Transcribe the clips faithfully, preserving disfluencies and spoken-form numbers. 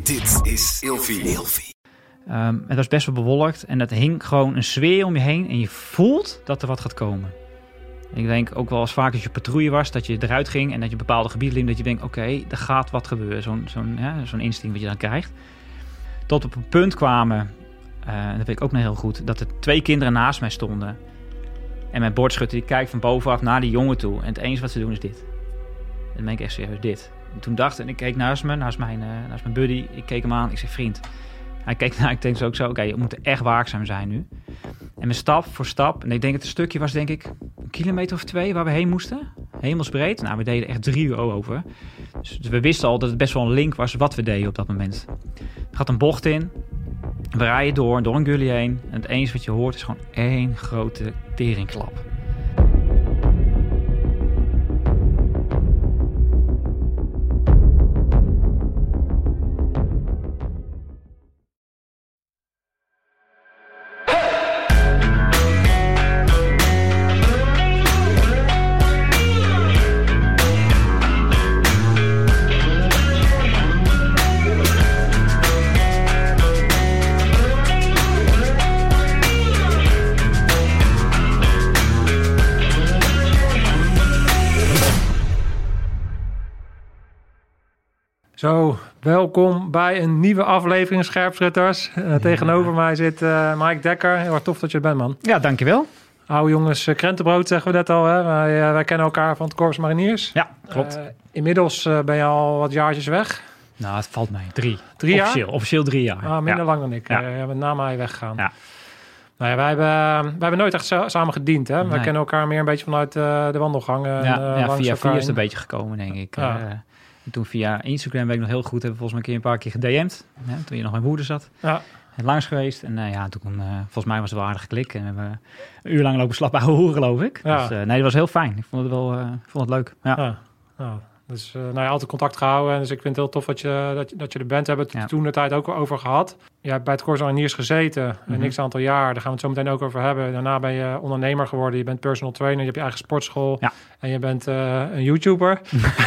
Dit is Ilfie. Ilfie. Um, het was best wel bewolkt en het hing gewoon een sfeer om je heen. En je voelt dat er wat gaat komen. Ik denk ook wel eens vaak als je patrouille was, dat je eruit ging en dat je bepaalde gebieden liep, dat je denkt, oké, okay, er gaat wat gebeuren. Zo'n, zo'n, ja, zo'n instinct wat je dan krijgt. Tot op een punt kwamen, uh, dat weet ik ook nog heel goed, dat er twee kinderen naast mij stonden. En mijn bordschutter die kijkt van bovenaf naar die jongen toe. En het enige wat ze doen is dit. En dan ben ik echt serieus, dit. En toen dacht ik, en ik keek naast me, naast mijn, uh, naast mijn buddy. Ik keek hem aan, ik zei, vriend. Hij keek naar, ik denk zo ook zo, oké, okay, je moet echt waakzaam zijn nu. En met stap voor stap, en ik denk het een stukje was denk ik een kilometer of twee waar we heen moesten. Hemelsbreed. Nou, we deden echt drie uur over. Dus we wisten al dat het best wel een link was wat we deden op dat moment. Er gaat een bocht in. We rijden door, door een gully heen. En het enige wat je hoort is gewoon één grote teringklap. Zo, welkom bij een nieuwe aflevering Scherpschutters. Uh, ja. Tegenover mij zit uh, Mike Dekker. Heel erg tof dat je er bent, man. Ja, dankjewel. Oude jongens, uh, krentenbrood zeggen we net al. Hè? Wij, uh, wij kennen elkaar van het Korps Mariniers. Ja, klopt. Uh, inmiddels uh, ben je al wat jaartjes weg. Nou, het valt mij. Drie. Drie jaar? Officieel, officieel drie jaar. Ah, minder ja. lang dan ik. Ja. Uh, je bent na mij weggegaan. Ja. Nou ja, wij hebben, wij hebben nooit echt samen gediend. Hè? Nee. Wij kennen elkaar meer een beetje vanuit uh, de wandelgangen. Ja, en, uh, ja via via is het een beetje gekomen, denk ik. Ja. Uh, En toen via Instagram, weet ik nog heel goed, hebben we volgens mij een keer een paar keer ged'em'd. Ja, toen je nog bij moeder zat. Ja. En langs geweest. En uh, ja, toen, uh, volgens mij was het wel aardig klik. En we hebben een uur lang lopen slappen ouwe hoeren, geloof ik. Ja. Dus uh, nee, dat was heel fijn. Ik vond het wel uh, vond het leuk. Ja. Ja. Ja. Dus uh, nou ja, altijd contact gehouden. En dus ik vind het heel tof dat je, dat je, dat je er bent. We hebben het ja. toen de tijd ook over gehad. Je hebt bij het Korps Mariniers gezeten. Mm-hmm. Een x aantal jaar. Daar gaan we het zo meteen ook over hebben. Daarna ben je ondernemer geworden. Je bent personal trainer. Je hebt je eigen sportschool. Ja. En je bent uh, een YouTuber.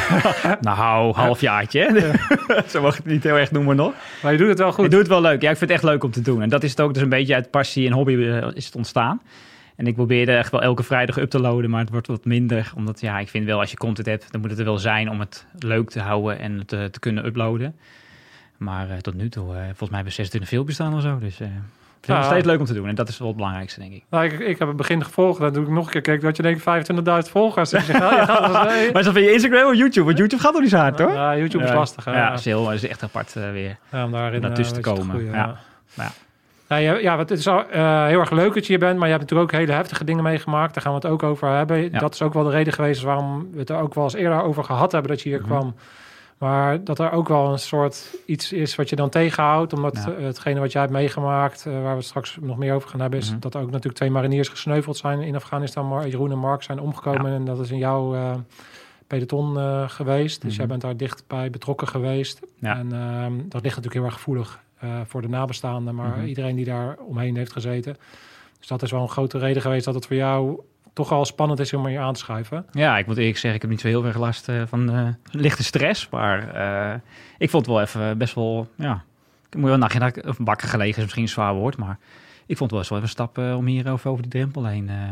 Nou, halfjaartje. Zo mag ik het niet heel erg noemen nog. Maar je doet het wel goed. Je doet het wel leuk. Ja, ik vind het echt leuk om te doen. En dat is het ook. Dus een beetje uit passie en hobby uh, is het ontstaan. En ik probeerde echt wel elke vrijdag up te loaden, maar het wordt wat minder. Omdat ja, ik vind wel als je content hebt, dan moet het er wel zijn om het leuk te houden en het uh, te kunnen uploaden. Maar uh, tot nu toe, uh, volgens mij hebben we zesentwintig filmpjes staan of zo. Dus uh, ik vind het ja. nog steeds leuk om te doen. En dat is wel het belangrijkste, denk ik. Nou, ik, ik heb het begin gevolgd. Dan doe ik nog een keer kijken dat je denkt vijfentwintigduizend volgers. Dus je gaat, je gaat, nee. Maar is dat van je Instagram of YouTube? Want YouTube gaat toch niet zo hard, hoor? Ja, YouTube is ja. lastig. Hè? Ja, dat is, heel, dat is echt apart uh, weer. Ja, om daarin, om daartussen uh, te komen. Te groeien, ja. Ja. Ja. Ja, ja, het is al, uh, heel erg leuk dat je hier bent, maar je hebt natuurlijk ook hele heftige dingen meegemaakt. Daar gaan we het ook over hebben. Ja. Dat is ook wel de reden geweest waarom we het er ook wel eens eerder over gehad hebben dat je hier mm-hmm. kwam. Maar dat er ook wel een soort iets is wat je dan tegenhoudt. Omdat ja. hetgene wat jij hebt meegemaakt, uh, waar we het straks nog meer over gaan hebben, is mm-hmm. dat er ook natuurlijk twee mariniers gesneuveld zijn in Afghanistan. Maar Jeroen en Mark zijn omgekomen ja. en dat is in jouw uh, peloton uh, geweest. Mm-hmm. Dus jij bent daar dichtbij betrokken geweest. Ja. En uh, dat ligt natuurlijk heel erg gevoelig. Uh, voor de nabestaanden, maar mm-hmm. iedereen die daar omheen heeft gezeten. Dus dat is wel een grote reden geweest dat het voor jou toch wel spannend is om je aan te schuiven. Ja, ik moet eerlijk zeggen, ik heb niet zo heel erg last uh, van uh, lichte stress, maar uh, ik vond het wel even best wel, ja, ik moet wel nachtje of bakken gelegen is misschien een zwaar woord, maar ik vond het wel eens wel even een stap uh, om hier over, over die drempel heen uh,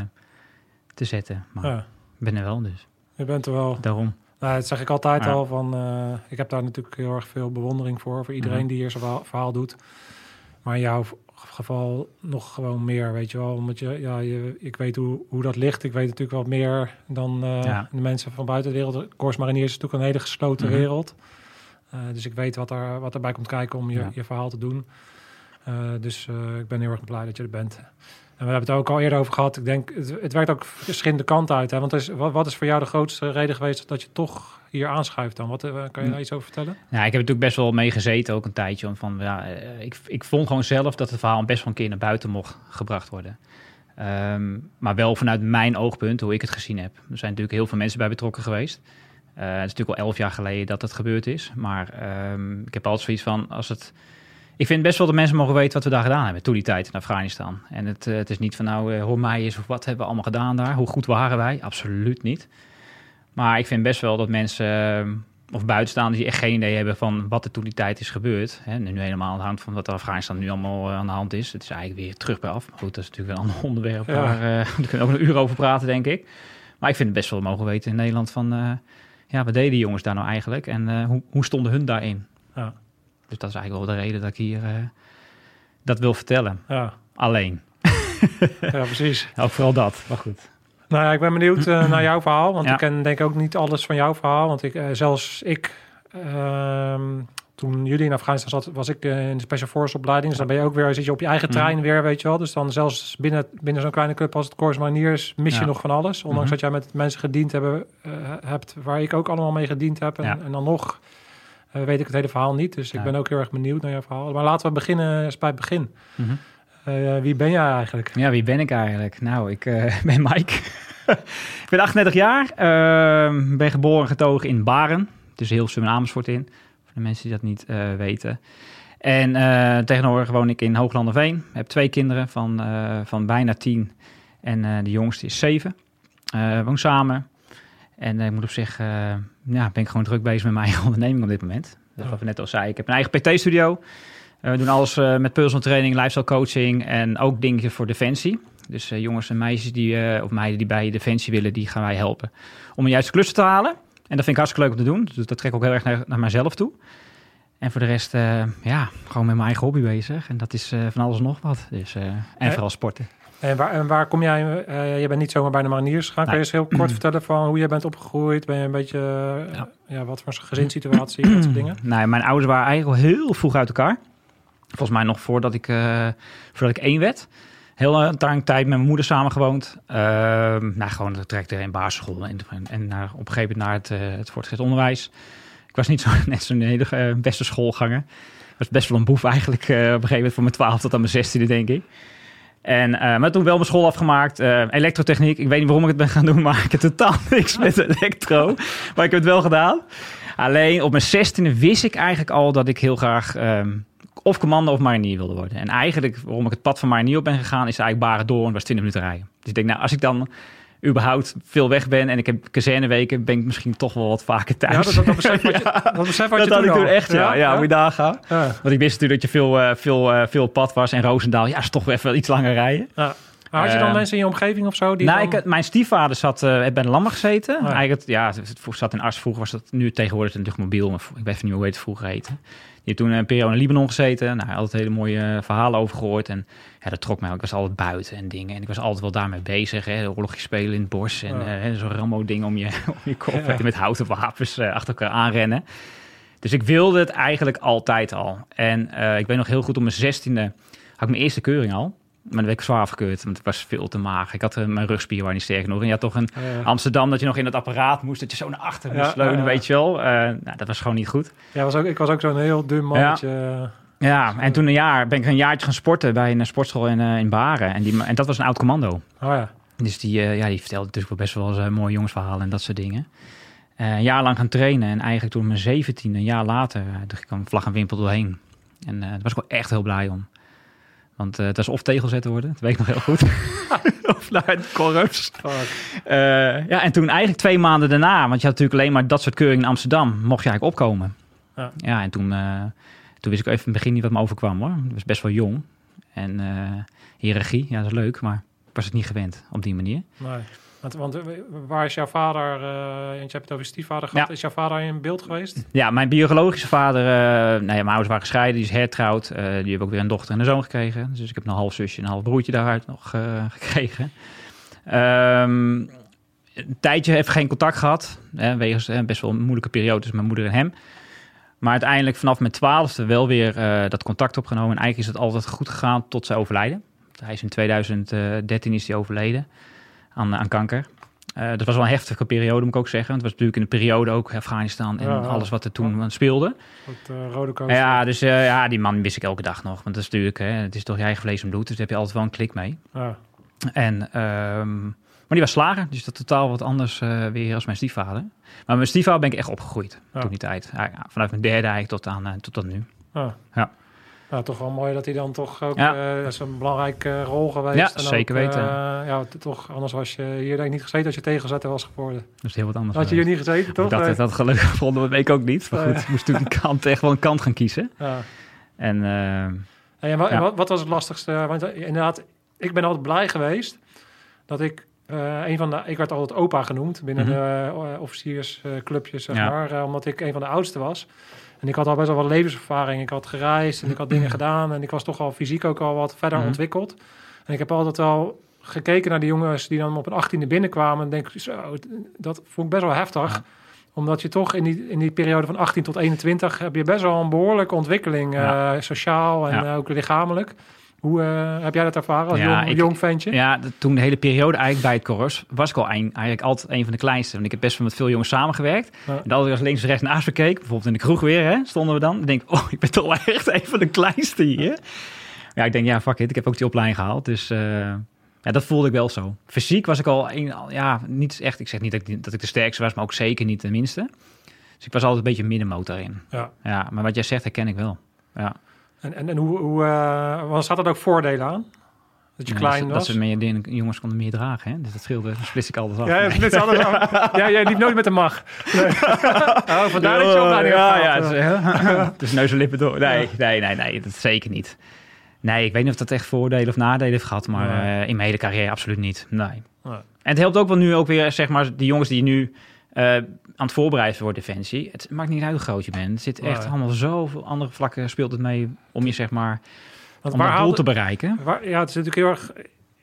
te zetten. Maar ja. ik ben er wel dus. Je bent er wel. Daarom. Nou, dat zeg ik altijd ja. al. Van, uh, ik heb daar natuurlijk heel erg veel bewondering voor. Voor iedereen mm-hmm. die hier zijn verhaal doet. Maar in jouw geval nog gewoon meer, weet je wel. Omdat je, ja, je, ik weet hoe, hoe dat ligt. Ik weet natuurlijk wat meer dan uh, ja. de mensen van buiten de wereld. Korps Mariniers is natuurlijk een hele gesloten mm-hmm. wereld. Uh, dus ik weet wat, er, wat erbij komt kijken om je, ja. je verhaal te doen. Uh, dus uh, ik ben heel erg blij dat je er bent. En we hebben het ook al eerder over gehad. Ik denk, het, het werkt ook verschillende kanten uit. Hè? Want is, wat, wat is voor jou de grootste reden geweest dat je toch hier aanschuift dan? Wat, uh, kan je daar iets over vertellen? Ja, ik heb er natuurlijk best wel mee gezeten ook een tijdje. Van, ja, ik, ik vond gewoon zelf dat het verhaal best wel een keer naar buiten mocht gebracht worden. Um, maar wel vanuit mijn oogpunt, hoe ik het gezien heb. Er zijn natuurlijk heel veel mensen bij betrokken geweest. Uh, het is natuurlijk al elf jaar geleden dat het gebeurd is. Maar um, ik heb altijd zoiets van, als het... Ik vind best wel dat mensen mogen weten wat we daar gedaan hebben toen die tijd in Afghanistan. En het, uh, het is niet van nou, uh, hoor mij eens of wat hebben we allemaal gedaan daar. Hoe goed waren wij? Absoluut niet. Maar ik vind best wel dat mensen uh, of buitenstaanders die echt geen idee hebben van wat er toen die tijd is gebeurd. Hè, nu helemaal aan de hand van wat er Afghanistan nu allemaal aan de hand is. Het is eigenlijk weer terug bij af. Maar goed, dat is natuurlijk een ander onderwerp. Ja. Waar, uh, daar kunnen we ook een uur over praten, denk ik. Maar ik vind het best wel mogen weten in Nederland van... Uh, ja, wat deden die jongens daar nou eigenlijk? En uh, hoe, hoe stonden hun daarin? Ja. Dus dat is eigenlijk wel de reden dat ik hier uh, dat wil vertellen. Ja. Alleen. Ja, precies. Ook vooral dat, maar goed. Nou ja, ik ben benieuwd uh, naar jouw verhaal. Want ja. ik ken denk ik ook niet alles van jouw verhaal. Want ik, uh, zelfs ik... Uh, toen jullie in Afghanistan zat, was ik uh, in de Special Forces opleiding. Dus dan ben je ook weer, zit je op je eigen trein mm. weer, weet je wel. Dus dan zelfs binnen, binnen zo'n kleine club als het Corps Mariniers mis je ja. nog van alles. Ondanks mm-hmm. dat jij met mensen gediend hebben, uh, hebt, waar ik ook allemaal mee gediend heb. En, ja. en dan nog uh, weet ik het hele verhaal niet. Dus ik ja. ben ook heel erg benieuwd naar jouw verhaal. Maar laten we beginnen eens bij het begin. Mm-hmm. Uh, wie ben jij eigenlijk? Ja, wie ben ik eigenlijk? Nou, ik uh, ben Mike. Ik ben achtendertig jaar. Uh, ben geboren en getogen in Baren. Dus heel Hilversum en Amersfoort in. Voor de mensen die dat niet uh, weten. En uh, tegenwoordig woon ik in Hooglanderveen. Ik heb twee kinderen van, uh, van bijna tien. En uh, de jongste is zeven. Uh, woon samen. En uh, ik moet op zich... Uh, ja, ben ik gewoon druk bezig met mijn eigen onderneming op dit moment. Dat is wat we net al zeiden. Ik heb een eigen P T-studio. Uh, we doen alles uh, met personal training, lifestyle coaching en ook dingen voor Defensie. Dus uh, jongens en meisjes die, uh, of meiden die bij Defensie willen, die gaan wij helpen om de juiste klussen te halen. En dat vind ik hartstikke leuk om te doen. Dus dat trek ik ook heel erg naar, naar mijzelf toe. En voor de rest, uh, ja, gewoon met mijn eigen hobby bezig. En dat is uh, van alles en nog wat. Dus, uh, en eh, vooral sporten. En waar, en waar kom jij? Uh, je bent niet zomaar bij de mariniers gegaan. Nee. Kan je eens heel kort vertellen van hoe jij bent opgegroeid? Ben je een beetje, uh, ja. ja, wat voor gezinssituatie, dat soort dingen? Nee, mijn ouders waren eigenlijk al heel vroeg uit elkaar. Volgens mij nog voordat ik, uh, voordat ik één werd. Heel lang tijd met mijn moeder samengewoond. Uh, nou, gewoon direct in basisschool. En, en naar, op een gegeven moment naar het, uh, het voortgezet onderwijs. Ik was niet zo, net zo'n hele uh, beste schoolganger. Ik was best wel een boef eigenlijk. Uh, op een gegeven moment van mijn twaalf tot aan mijn zestiende, denk ik. En, uh, maar toen wel mijn school afgemaakt. Uh, elektrotechniek. Ik weet niet waarom ik het ben gaan doen. Maar ik heb totaal niks met elektro. Maar ik heb het wel gedaan. Alleen op mijn zestiende wist ik eigenlijk al dat ik heel graag... Um, of commando of marinier wilde worden. En eigenlijk, waarom ik het pad van marinier op ben gegaan... is eigenlijk Baren door en was twintig minuten rijden. Dus ik denk, nou, als ik dan überhaupt veel weg ben... en ik heb kazerneweken, ben ik misschien toch wel wat vaker thuis. Ja, dat, dat, dat besef wat je, ja, dat, besef wat dat je had toen ik toen al. echt, ja. Ja, ja, ja. Moet je daar gaan. Ja. Want ik wist natuurlijk dat je veel, uh, veel, uh, veel op pad was. En Roosendaal, ja, is toch wel even iets langer rijden. Ja. Maar had je dan uh, mensen in je omgeving of zo? Die nou, dan... ik, mijn stiefvader zat uh, bij de Lammer gezeten. Oh, ja. Eigenlijk, ja, het zat in Ars. Vroeger was dat, nu tegenwoordig natuurlijk mobiel. Maar ik weet even niet hoe het vroeger heette. Die heeft toen een periode in Libanon gezeten. Nou, altijd hele mooie verhalen over gehoord. En ja, dat trok mij ook. Ik was altijd buiten en dingen. En ik was altijd wel daarmee bezig. Hè. Oorlogje spelen in het bos. En ja. uh, zo'n Rambo-ding om je, om je kop. Ja. Met houten wapens uh, achter elkaar aanrennen. Dus ik wilde het eigenlijk altijd al. En uh, ik weet nog heel goed, om mijn zestiende had ik mijn eerste keuring al. Maar dan werd ik zwaar afgekeurd, want het was veel te mager. Ik had uh, mijn rugspier waar niet sterk nog. En je had toch een ja. Amsterdam dat je nog in het apparaat moest, dat je zo naar achter moest ja, leunen, ja, ja. weet je wel. Uh, nou, dat was gewoon niet goed. Ja, was ook, ik was ook zo'n heel dun mannetje. Ja, ja en toen een jaar ben ik een jaartje gaan sporten bij een sportschool in, uh, in Baren. En, die, en dat was een oud commando. Oh ja. Dus die, uh, ja, die vertelde natuurlijk wel best wel eens uh, mooie jongensverhalen en dat soort dingen. Uh, een jaar lang gaan trainen en eigenlijk toen mijn zeventiende, een jaar later, uh, kwam vlag en wimpel doorheen. En uh, daar was ik wel echt heel blij om. Want uh, het was of tegelzetten worden, dat weet ik nog heel goed. Of naar het korps. Uh, ja, en toen eigenlijk twee maanden daarna, want je had natuurlijk alleen maar dat soort keuringen in Amsterdam, mocht je eigenlijk opkomen. Ja, ja en toen, uh, toen wist ik even in het begin niet wat me overkwam hoor. Ik was best wel jong. En uh, hiërarchie, ja dat is leuk, maar ik was het niet gewend op die manier. Nee. Want, want waar is jouw vader, uh, je hebt het over je stiefvader gehad, ja. Is jouw vader in beeld geweest? Ja, mijn biologische vader, uh, nou ja, mijn ouders waren gescheiden, die is hertrouwd. Uh, die hebben ook weer een dochter en een zoon gekregen. Dus ik heb een half zusje en een half broertje daaruit nog uh, gekregen. Um, een tijdje even geen contact gehad, hè, wegens uh, best wel een moeilijke periode tussen mijn moeder en hem. Maar uiteindelijk vanaf mijn twaalfde wel weer uh, dat contact opgenomen. En eigenlijk is het altijd goed gegaan tot zij overlijden. Hij is in tweeduizend dertien is hij overleden. Aan, aan kanker. Uh, dat was wel een heftige periode, moet ik ook zeggen. Het was natuurlijk in de periode ook Afghanistan en ja, alles wat er toen ja. speelde. Wat uh, rode koos. Ja, dus uh, ja, die man wist ik elke dag nog. Want dat is natuurlijk, hè, het is toch je eigen vlees en bloed. Dus daar heb je altijd wel een klik mee. Ja. En, um, maar die was slager, dus dat totaal wat anders uh, weer als mijn stiefvader. Maar met mijn stiefvader ben ik echt opgegroeid ja. toen die tijd. Ja, vanuit mijn derde eigenlijk tot aan, uh, tot aan nu. Ja. Ja. Nou, toch wel mooi dat hij dan toch ook... Ja. Uh, dat is een belangrijke rol geweest. Ja, en zeker ook, weten. Uh, ja, toch, anders was je hier denk ik niet gezeten als je tegenzetter was geworden. Dat is heel wat anders. Had je hier niet gezeten, toch? Ik dacht dat dat gelukkig vonden we ik ook niet. Maar goed, nee. ik moest natuurlijk die kant, echt wel een kant gaan kiezen. Ja. En, uh, en, wat, ja. en wat, wat was het lastigste? Want inderdaad, ik ben altijd blij geweest dat ik... Uh, een van de, ik werd altijd opa genoemd binnen mm-hmm. de uh, officiersclubjes, zeg ja. maar. Uh, omdat ik een van de oudste was. En ik had al best wel wat levenservaring. Ik had gereisd en ik had dingen gedaan. En ik was toch al fysiek ook al wat verder mm-hmm. ontwikkeld. En ik heb altijd wel gekeken naar die jongens die dan op een achttiende binnenkwamen. En denk ik, zo, dat vond ik best wel heftig. Ja. Omdat je toch in die, in die periode van achttien tot eenentwintig... heb je best wel een behoorlijke ontwikkeling. Ja. Uh, sociaal en ja. uh, ook lichamelijk. Hoe uh, heb jij dat ervaren als ja, jong, ik, jong ventje? Ja, de, toen de hele periode eigenlijk bij het korps was ik al een, eigenlijk altijd een van de kleinste. Want ik heb best wel met veel jongens samengewerkt. Ja. En als ik als links en rechts naast me keek, bijvoorbeeld in de kroeg weer, hè, stonden we dan. Dan denk ik, oh, ik ben toch wel echt een van de kleinste hier. Ja, ik denk, ja, fuck it, ik heb ook die opleiding gehaald. Dus uh, ja, dat voelde ik wel zo. Fysiek was ik al, een, ja, niet echt, ik zeg niet dat ik, dat ik de sterkste was, maar ook zeker niet de minste. Dus ik was altijd een beetje middenmotor in. Ja. Ja, maar wat jij zegt, herken ik wel. Ja. En, en, en hoe, hoe uh, zat dat ook voordelen aan? Dat je ja, klein dat, was? Dat ze meer, jongens konden meer dragen, hè? Dus dat scheelde, dat splits ik altijd af. Ja, dat splits alles af. Ja, jij liep nooit met de mag. Nee. Oh, vandaar dat je opleiding ja, hebt ja, ja. Dus neus en lippen door. Nee, nee, nee, nee, dat zeker niet. Nee, ik weet niet of dat echt voordelen of nadelen heeft gehad, maar nee. uh, in mijn hele carrière absoluut niet. Nee. nee. En het helpt ook wel nu ook weer, zeg maar, die jongens die nu uh, aan het voorbereiden voor Defensie. Het maakt niet uit hoe groot je bent. Het zit echt nee. allemaal zoveel andere vlakken speelt het mee om je, zeg maar, Want om waar dat doel te bereiken. Waar, ja, het is natuurlijk heel erg...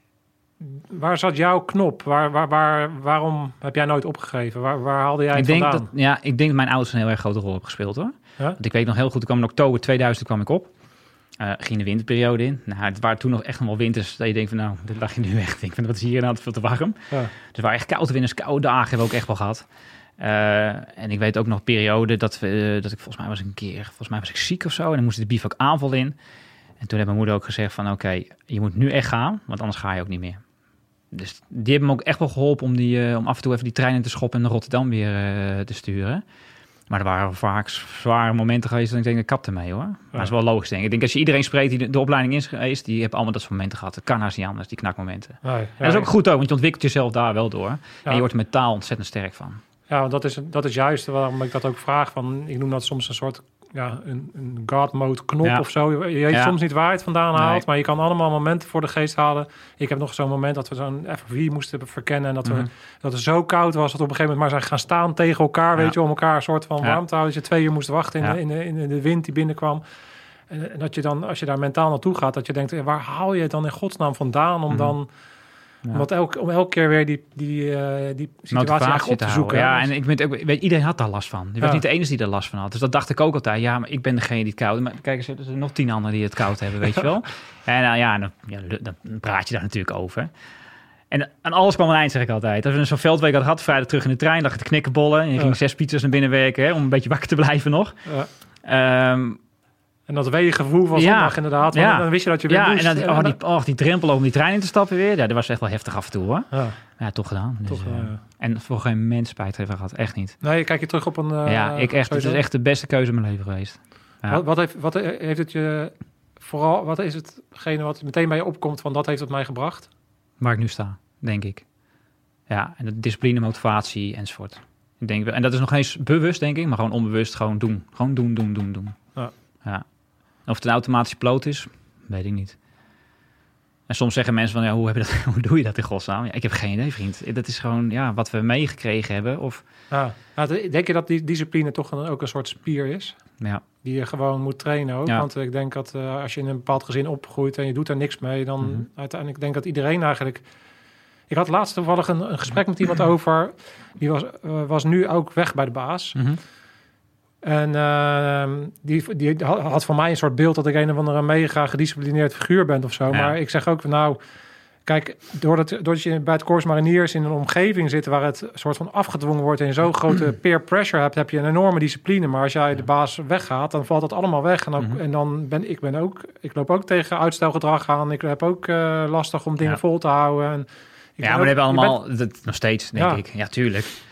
Waar zat jouw knop? Waar, waar, waar, waarom heb jij nooit opgegeven? Waar, waar haalde jij ik het denk vandaan? Dat, ja, ik denk dat mijn ouders een heel erg grote rol hebben gespeeld, hoor. Ja? Want ik weet nog heel goed, ik kwam in oktober tweeduizend kwam ik op. Uh, ging de winterperiode in. Nou, het waren toen nog echt nog wel winters. Dat je denkt van, nou, dit lag je nu echt. Ik vind wat is hier nou veel te warm. Ja. Dus het waren echt koude winters, koude dagen hebben we ook echt wel gehad. Uh, en ik weet ook nog periode dat we, uh, dat ik volgens mij was een keer, volgens mij was ik ziek of zo. En dan moest de bivak aanval in. En toen heeft mijn moeder ook gezegd van, oké, okay, je moet nu echt gaan, want anders ga je ook niet meer. Dus die hebben me ook echt wel geholpen om, die, uh, om af en toe even die treinen te schoppen en naar Rotterdam weer uh, te sturen. Maar er waren vaak zware momenten geweest dat ik denk, ik kapte mee, hoor. Maar ja. dat is wel logisch, denk ik. Ik denk, als je iedereen spreekt die de, de opleiding is geweest, die hebben allemaal dat soort momenten gehad. Het kan haast niet anders, die knakmomenten. Nee, ja, en dat is ook goed ook, want je ontwikkelt jezelf daar wel door. Ja. En je wordt er mentaal ontzettend sterk van. Ja, want dat is, dat is juist waarom ik dat ook vraag. Van, ik noem dat soms een soort ja, een, een God mode knop ja. of zo. Je weet ja. soms niet waar het vandaan haalt, nee. maar je kan allemaal momenten voor de geest halen. Ik heb nog zo'n moment dat we zo'n F V moesten verkennen en dat, mm-hmm. we, dat het zo koud was dat we op een gegeven moment maar zijn gaan staan tegen elkaar, ja. weet je, om elkaar een soort van ja. warm te houden. Dat je twee uur moest wachten in, ja. de, in, de, in de wind die binnenkwam. En, en dat je dan, als je daar mentaal naartoe gaat, dat je denkt, waar haal je het dan in godsnaam vandaan om mm-hmm. dan... Ja. Omdat elke, om elke keer weer die, die, uh, die situatie eigenlijk op te, te zoeken. Ja, en ik weet, ik weet, iedereen had daar last van. Je ja. was niet de enige die er last van had. Dus dat dacht ik ook altijd. Ja, maar ik ben degene die het koud... Maar kijk eens, er zijn nog tien anderen die het koud hebben, weet je wel. En nou ja, dan, ja, dan praat je daar natuurlijk over. En aan alles kwam een eind, zeg ik altijd. Als we zo'n veldweek hadden gehad, vrijdag terug in de trein, lag ik te knikkenbollen. En je ja. ging zes pizzas naar binnen werken, hè, om een beetje wakker te blijven nog. Ja. Um, En dat weeige gevoel van zondag ja, inderdaad. Want ja. dan wist je dat je weer ja, moest. En dat, oh, die, oh, die drempel om die trein in te stappen weer. Ja, dat was echt wel heftig af en toe, hoor. Ja, ja toch gedaan. Dus, toch, uh, ja. En voor geen mens spijt heeft gehad. Echt niet. Nee, kijk je terug op een... Uh, ja, ik echt, het is echt de beste keuze in mijn leven geweest. Ja. Wat, wat, heeft, wat heeft het je... Vooral, wat is hetgene wat meteen bij je opkomt van dat heeft het mij gebracht? Waar ik nu sta, denk ik. Ja, en de discipline, motivatie enzovoort. Ik denk, en dat is nog eens bewust, denk ik. Maar gewoon onbewust, gewoon doen. Gewoon doen, doen, doen, doen. Ja. Ja. Of het een automatische piloot is, weet ik niet. En soms zeggen mensen van, ja, hoe, heb je dat, hoe doe je dat in godsnaam? Ja, ik heb geen idee, vriend. Dat is gewoon ja, wat we meegekregen hebben. Of... Ja. Nou, denk je dat die discipline toch een, ook een soort spier is? Ja. Die je gewoon moet trainen ook. Ja. Want ik denk dat uh, als je in een bepaald gezin opgroeit en je doet er niks mee, dan mm-hmm. uiteindelijk denk ik dat iedereen eigenlijk... Ik had laatst toevallig een, een gesprek met iemand over. Die was, uh, was nu ook weg bij de baas. Mm-hmm. En uh, die, die had van mij een soort beeld dat ik een of andere mega gedisciplineerd figuur ben of zo. Ja. Maar ik zeg ook, nou, kijk, doordat, doordat je bij het Corps Mariniers in een omgeving zit waar het soort van afgedwongen wordt en je zo'n grote peer pressure hebt, heb je een enorme discipline. Maar als jij de baas weggaat, dan valt dat allemaal weg. En, ook, mm-hmm. en dan ben ik ben ook, ik loop ook tegen uitstelgedrag aan. Ik heb ook uh, lastig om dingen ja. vol te houden. En ik ja, maar ook, we hebben allemaal, bent... dat, nog steeds, denk ja. ik. Ja, tuurlijk.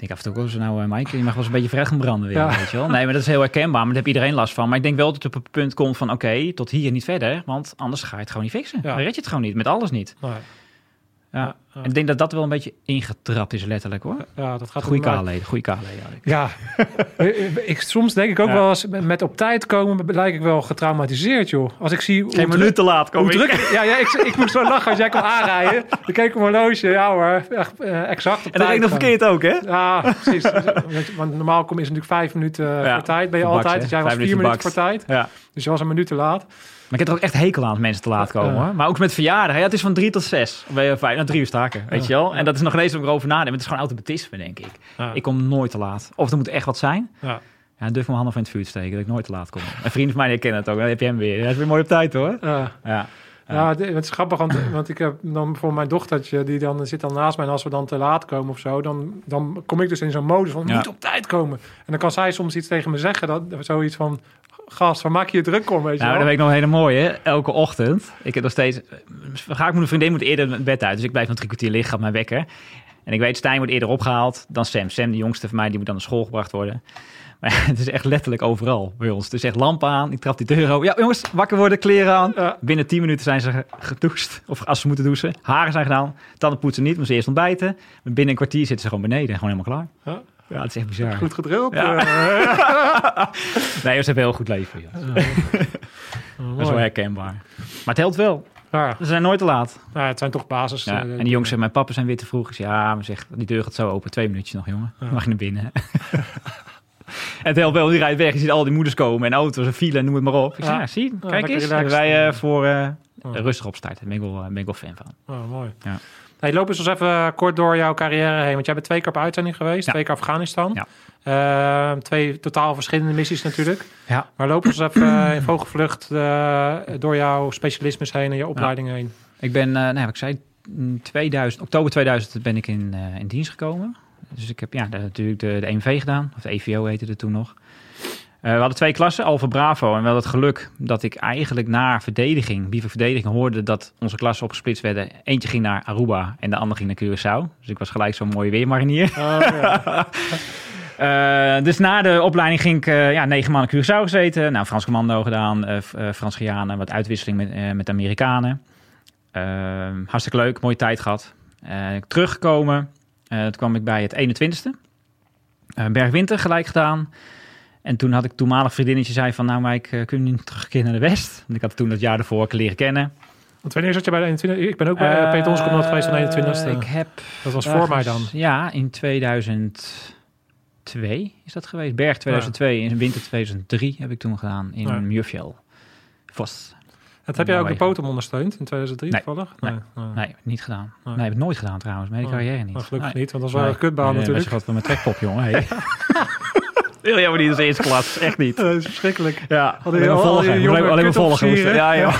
Ik denk af en toe ook zo, nou uh, Mike, je mag wel eens een beetje vrij gaan branden weer, Ja. weet je wel. Nee, maar dat is heel herkenbaar, maar daar heb iedereen last van. Maar ik denk wel dat het op het punt komt van, oké, okay, tot hier niet verder, want anders ga je het gewoon niet fixen. Ja. Dan red je het gewoon niet, met alles niet. Nee. Ja. Ja, ja. En ik denk dat dat wel een beetje ingetrapt is, letterlijk hoor. Ja, dat gaat goeie inderdaad. kaaleden, goeie kaaleden. Ja, ik, soms denk ik ook Ja. wel eens met op tijd komen, lijk ik wel getraumatiseerd, joh. Als ik zie hoe Geen minuut te laat hoe komen. druk, ja, ja, ik, ik moest zo lachen als jij kwam aanrijden. Dan keek ik op mijn horloge, ja hoor, echt uh, exact op en dat tijd. ging nog verkeerd ook, hè? Ja, precies. Want normaal kom je natuurlijk vijf minuten Ja, voor tijd, ben je voor altijd. baks, Dus jij hè? was Vijf vier minuten minuten voor tijd. Ja. Dus je was een minuut te laat. Maar ik heb er ook echt hekel aan als mensen te laat komen. Ja. Hoor. Maar ook met verjaardagen. Ja, het is van drie tot zes. Of ben je vijf, nou drie uur staken, weet Ja. je wel. En dat is nog ineens om erover nadenken. Het is gewoon automatisme, denk ik. Ja. Ik kom nooit te laat. Of er moet echt wat zijn. Ja. Ja, dan durf ik mijn handen van het vuur te steken. Dat ik nooit te laat kom. Een vriend van mij die herkennen het ook. Dan heb je hem weer. Hij is weer mooi op tijd, hoor. Ja. Ja. Ja, het het is grappig, want, want ik heb dan bijvoorbeeld mijn dochtertje, die dan zit dan naast mij. En als we dan te laat komen of zo, dan, dan kom ik dus in zo'n modus van, Ja. moet op tijd komen. En dan kan zij soms iets tegen me zeggen, dat, zoiets van, gast, waar maak je je druk om, weet je Nou, wel? dat weet ik nog een hele mooie. Elke ochtend. Ik heb nog steeds... Ga ik met mijn vriendin moet eerder het bed uit. Dus ik blijf nog drie kwartier liggen op mijn wekker. En ik weet, Stijn wordt eerder opgehaald dan Sam. Sam, de jongste van mij, die moet dan naar school gebracht worden. Maar het is echt letterlijk overal bij ons. Dus echt lampen aan, ik trap die deur open. Ja, jongens, wakker worden, kleren aan. Ja. Binnen tien minuten zijn ze gedoucht. Of als ze moeten douchen. Haren zijn gedaan. Tanden poetsen niet, maar ze eerst ontbijten. Binnen een kwartier zitten ze gewoon beneden. Gewoon helemaal klaar. Ja. Ja, het is echt bizar. Goed gedrild. Ja. eh. Nee, ze hebben een heel goed leven. Ja. Ja. Dat is wel Mooi. herkenbaar. Maar het helpt wel. Ja. Ze zijn nooit te laat. Ja, het zijn toch basis. Ja. eh, En die dingen. jongens zeggen, mijn papa zijn weer te vroeg. Ik zeg, ja, maar zeg, die deur gaat zo open. Twee minuutjes nog, jongen. Dan mag je naar binnen. En het helpt wel, die rijdt weg. Je ziet al die moeders komen en auto's en file en noem het maar op. Ik zeg, Ja. ja, zie, Ja, kijk lekker eens. relaxed. Hebben wij uh, voor uh, Ja. rustig opstarten. Daar ben ik wel, uh, ben ik wel fan van. Oh, mooi. Ja. Hey, loop eens eens even kort door jouw carrière heen. Want jij bent twee keer op uitzending geweest. Ja. Twee keer Afghanistan. Ja. Uh, twee totaal verschillende missies natuurlijk. Ja. Maar loop eens even in vogelvlucht uh, door jouw specialismes heen en je opleiding Ja. heen. Ik ben, uh, nou, wat ik zei, tweeduizend, oktober tweeduizend ben ik in, uh, in dienst gekomen. Dus ik heb ja, de, natuurlijk de, de E M V gedaan. Of de E V O heette het toen nog. Uh, we hadden twee klassen, Alpha Bravo. En we hadden het geluk dat ik eigenlijk na verdediging, bivak verdediging, hoorde dat onze klassen opgesplitst werden. Eentje ging naar Aruba en de ander ging naar Curaçao. Dus ik was gelijk zo'n mooie weermarinier. Oh, ja. uh, dus na de opleiding ging ik uh, ja, negen maanden in Curaçao gezeten. Nou, Frans commando gedaan, uh, uh, Frans Guyana, wat uitwisseling met, uh, met de Amerikanen. Uh, hartstikke leuk, mooie tijd gehad. Uh, teruggekomen, uh, toen kwam ik bij het eenentwintigste. Uh, Bergwinter gelijk gedaan. En toen had ik toenmalig vriendinnetje zei van, nou Mike, uh, kun je niet terugkeren naar de West? Want ik had toen dat jaar ervoor leren kennen. Want wanneer zat je bij de eenentwintig? Ik ben ook bij uh, Peter Onscommand geweest van de eenentwintigste. Ik heb... Dat was voor mij dan. Ja, in tweeduizend twee is dat geweest. Berg tweeduizend twee, ja. In winter tweeduizend drie heb ik toen gedaan in ja. Muurfjell. Vos. Het heb jij ook de Potom ondersteund in tweeduizend drie nee. toevallig? Nee. Nee. nee, niet gedaan. Nee, nee heb ik nooit gedaan trouwens. Mijn hele carrière niet. Maar gelukkig nee. niet, want dat was wel nee. een kutbaan nee, natuurlijk. Dat is van mijn trekpop, jongen. Hey. Heel jammer niet als eerste klas. Echt niet. Dat is verschrikkelijk. Ja, alleen maar volgen. Alleen, alleen maar volgen. Ja, ja.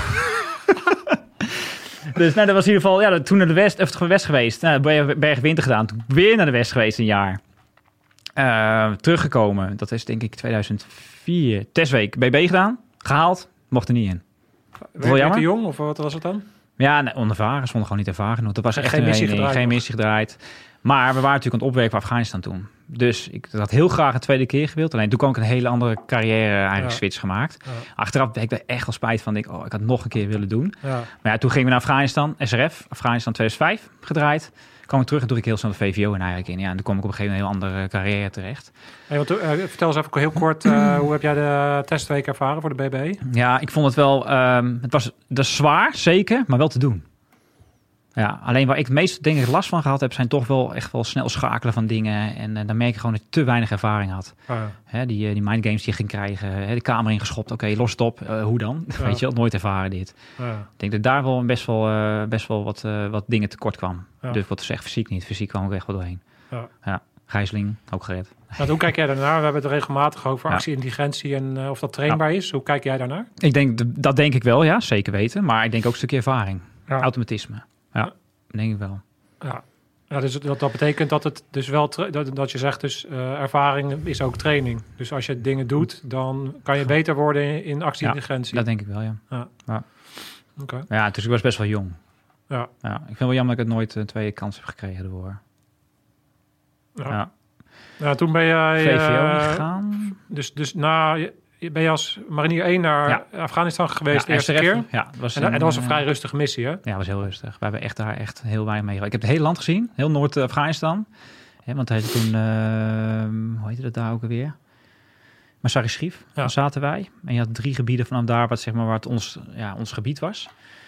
Dus nou, dat was in ieder geval ja, toen naar de West, of de West geweest. Nou, Bergwinter gedaan. Toen weer naar de West geweest een jaar. Uh, teruggekomen. Dat is denk ik tweeduizend vier. Testweek B B gedaan. Gehaald. Mocht er niet in. Werd je te jong of wat was het dan? Ja, nee, onervaren. Ze vonden gewoon niet ervaren. Dat was echt geen missie een, gedraaid. Geen missie gedraaid. Maar we waren natuurlijk aan het opwerken voor Afghanistan toen. Dus ik had heel graag een tweede keer gewild. Alleen toen kwam ik een hele andere carrière eigenlijk ja. switch gemaakt. Ja. Achteraf heb ik er echt wel spijt van. Ik, oh, ik had nog een keer willen doen. Ja. Maar ja, toen gingen we naar Afghanistan. S R F, Afghanistan tweeduizend vijf gedraaid. Kwam ik terug en toen ik heel snel de V V O en eigenlijk in. Ja, en toen kwam ik op een gegeven moment een heel andere carrière terecht. Hey, wat, uh, vertel eens even heel kort, uh, hoe heb jij de testweek ervaren voor de B B? Ja, ik vond het wel, um, het was dat is zwaar, zeker, maar wel te doen. Ja, alleen waar ik het meest denk ik last van gehad heb, zijn toch wel echt wel snel schakelen van dingen. En uh, dan merk je gewoon dat je te weinig ervaring had. Ah, ja. Hè, die, uh, die mindgames die je ging krijgen, hè, de kamer ingeschopt. Oké, okay, los het op. Uh, hoe dan? Ja. Weet je wel, nooit ervaren dit. Ja. Ik denk dat daar wel best wel, uh, best wel wat, uh, wat dingen tekort kwam. Ja. Durf wat te zeggen, fysiek niet. Fysiek kwam ik echt wel doorheen. Ja. Ja. Gijzeling, ook gered. Nou, hoe kijk jij daarnaar? We hebben het regelmatig over ja. actie-intelligentie en uh, of dat trainbaar ja. is. Hoe kijk jij daarnaar? Ik denk, dat denk ik wel, ja, zeker weten. Maar ik denk ook een stukje ervaring. Ja. Automatisme. Ja. Ja. Denk ik wel. Ja, ja dus dat, dat betekent dat het dus wel tra- dat, dat je zegt dus uh, ervaring is ook training. Dus als je dingen doet, dan kan je beter worden in, in actie-intelligentie. Ja, dat denk ik wel, ja. Ja, ja. Okay. Ja, dus ik was best wel jong. Ja. Ja, ik vind het wel jammer dat ik het nooit een tweede kans heb gekregen ervoor. Ja. Ja. Nou, toen ben jij... V V O uh, gegaan. Dus, dus na... Ben je als marinier één naar ja. Afghanistan geweest ja, de eerste S R F, keer? Ja, dat was en, een, en dat was een vrij rustige missie, hè? Ja, dat was heel rustig. We hebben echt daar echt heel weinig mee. Ik heb het hele land gezien. Heel Noord-Afghanistan. Ja, want hij had toen... Uh, hoe heette dat daar ook alweer? Mazar-i Sharif. Ja. Daar zaten wij. En je had drie gebieden vanaf daar... wat, zeg maar, waar het ons, ja, ons gebied was.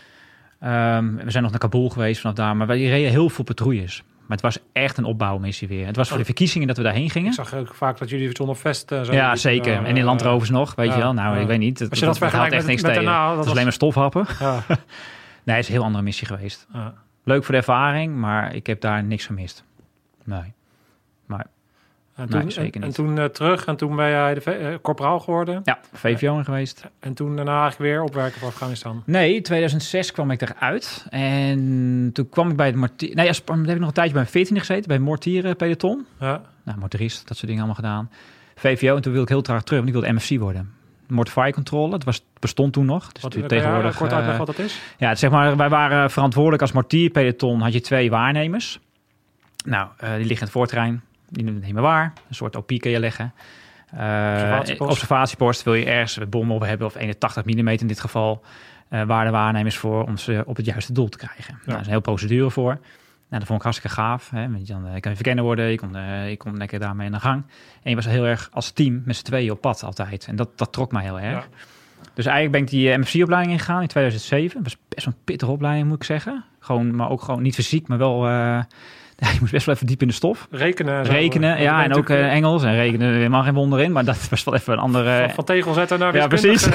Um, we zijn nog naar Kabul geweest vanaf daar. Maar wij reden heel veel patrouilles. Maar het was echt een opbouwmissie weer. Het was voor de verkiezingen dat we daarheen gingen. Ik zag ook vaak dat jullie zonder vest... Uh, zo ja, liepen, zeker. Uh, en in landrovers nog, weet ja, je wel. Nou, uh, ik weet niet. Het, als je dat, dat vergelijkt echt met, niks met tegen. daarna... Dat was was alleen maar stofhappen. Ja. Nee, het is een heel andere missie geweest. Ja. Leuk voor de ervaring, maar ik heb daar niks gemist. Nee. Maar... En toen, nee, en, en toen uh, terug en toen ben jij de uh, corporaal geworden. Ja, V V O geweest. En toen daarna eigenlijk weer opwerken voor Afghanistan. Nee, tweeduizend zes kwam ik eruit. En toen kwam ik bij het mortier... Nee, toen heb ik nog een tijdje bij een veertiende gezeten. Bij het mortierenpeloton. Ja. Nou, mortarist, dat soort dingen allemaal gedaan. V V O, en toen wilde ik heel graag terug, want ik wilde M F C worden. Mortify Control, het was, bestond toen nog. Dus wat, tegenwoordig, ja, kort uitleggen wat dat is? Ja, zeg maar, wij waren verantwoordelijk als mortierpeloton. Had je twee waarnemers. Nou, uh, die liggen in het voortrein. Die nemen waar. Een soort O P kun je leggen. Uh, observatiepost. observatiepost wil je ergens een bom op hebben of eenentachtig millimeter in dit geval. Uh, waar de waarnemers voor om ze op het juiste doel te krijgen. Ja. Nou, daar is een hele procedure voor. Nou, dat vond ik hartstikke gaaf. Hè? Want dan uh, kan je verkennen worden. Je kon, uh, je kon lekker daarmee aan de gang. En je was heel erg als team met z'n tweeën op pad altijd. En dat, dat trok mij heel erg. Ja. Dus eigenlijk ben ik die M F C-opleiding ingegaan in tweeduizend zeven. Dat was best een pittige opleiding, moet ik zeggen. Gewoon, maar ook gewoon niet fysiek, maar wel... Uh, Ja, je moest best wel even diep in de stof. Rekenen. Rekenen, ja, en ook uh, Engels. En rekenen, helemaal geen wonder in. Maar dat was wel even een andere... Van, van tegel zetten naar ja, precies.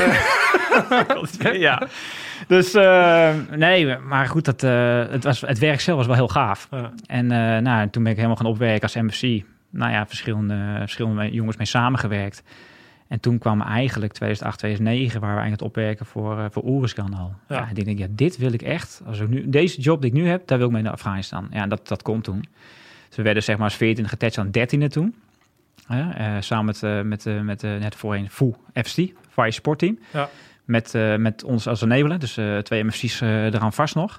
ja, dus uh, nee, maar goed, dat, uh, het, was, het werk zelf was wel heel gaaf. Ja. En uh, nou, toen ben ik helemaal gaan opwerken als M F C. Nou ja, verschillende, verschillende jongens mee samengewerkt. En toen kwam eigenlijk tweeduizend acht, tweeduizend negen... waar we eigenlijk het opwerken voor, uh, voor Oeruzgan al. Ja. Ja, ik denk, ja, dit wil ik echt. Als ik nu, deze job die ik nu heb, daar wil ik mee naar Afghanistan. Ja, dat, dat komt toen. Dus we werden zeg maar als veertiende getest aan dertiende toen. Uh, uh, samen met, uh, met, uh, met uh, net voorheen F O E, F C, Fire Support Team. Ja. Met, uh, met ons als enabler, dus uh, twee M F C's uh, eraan vast nog.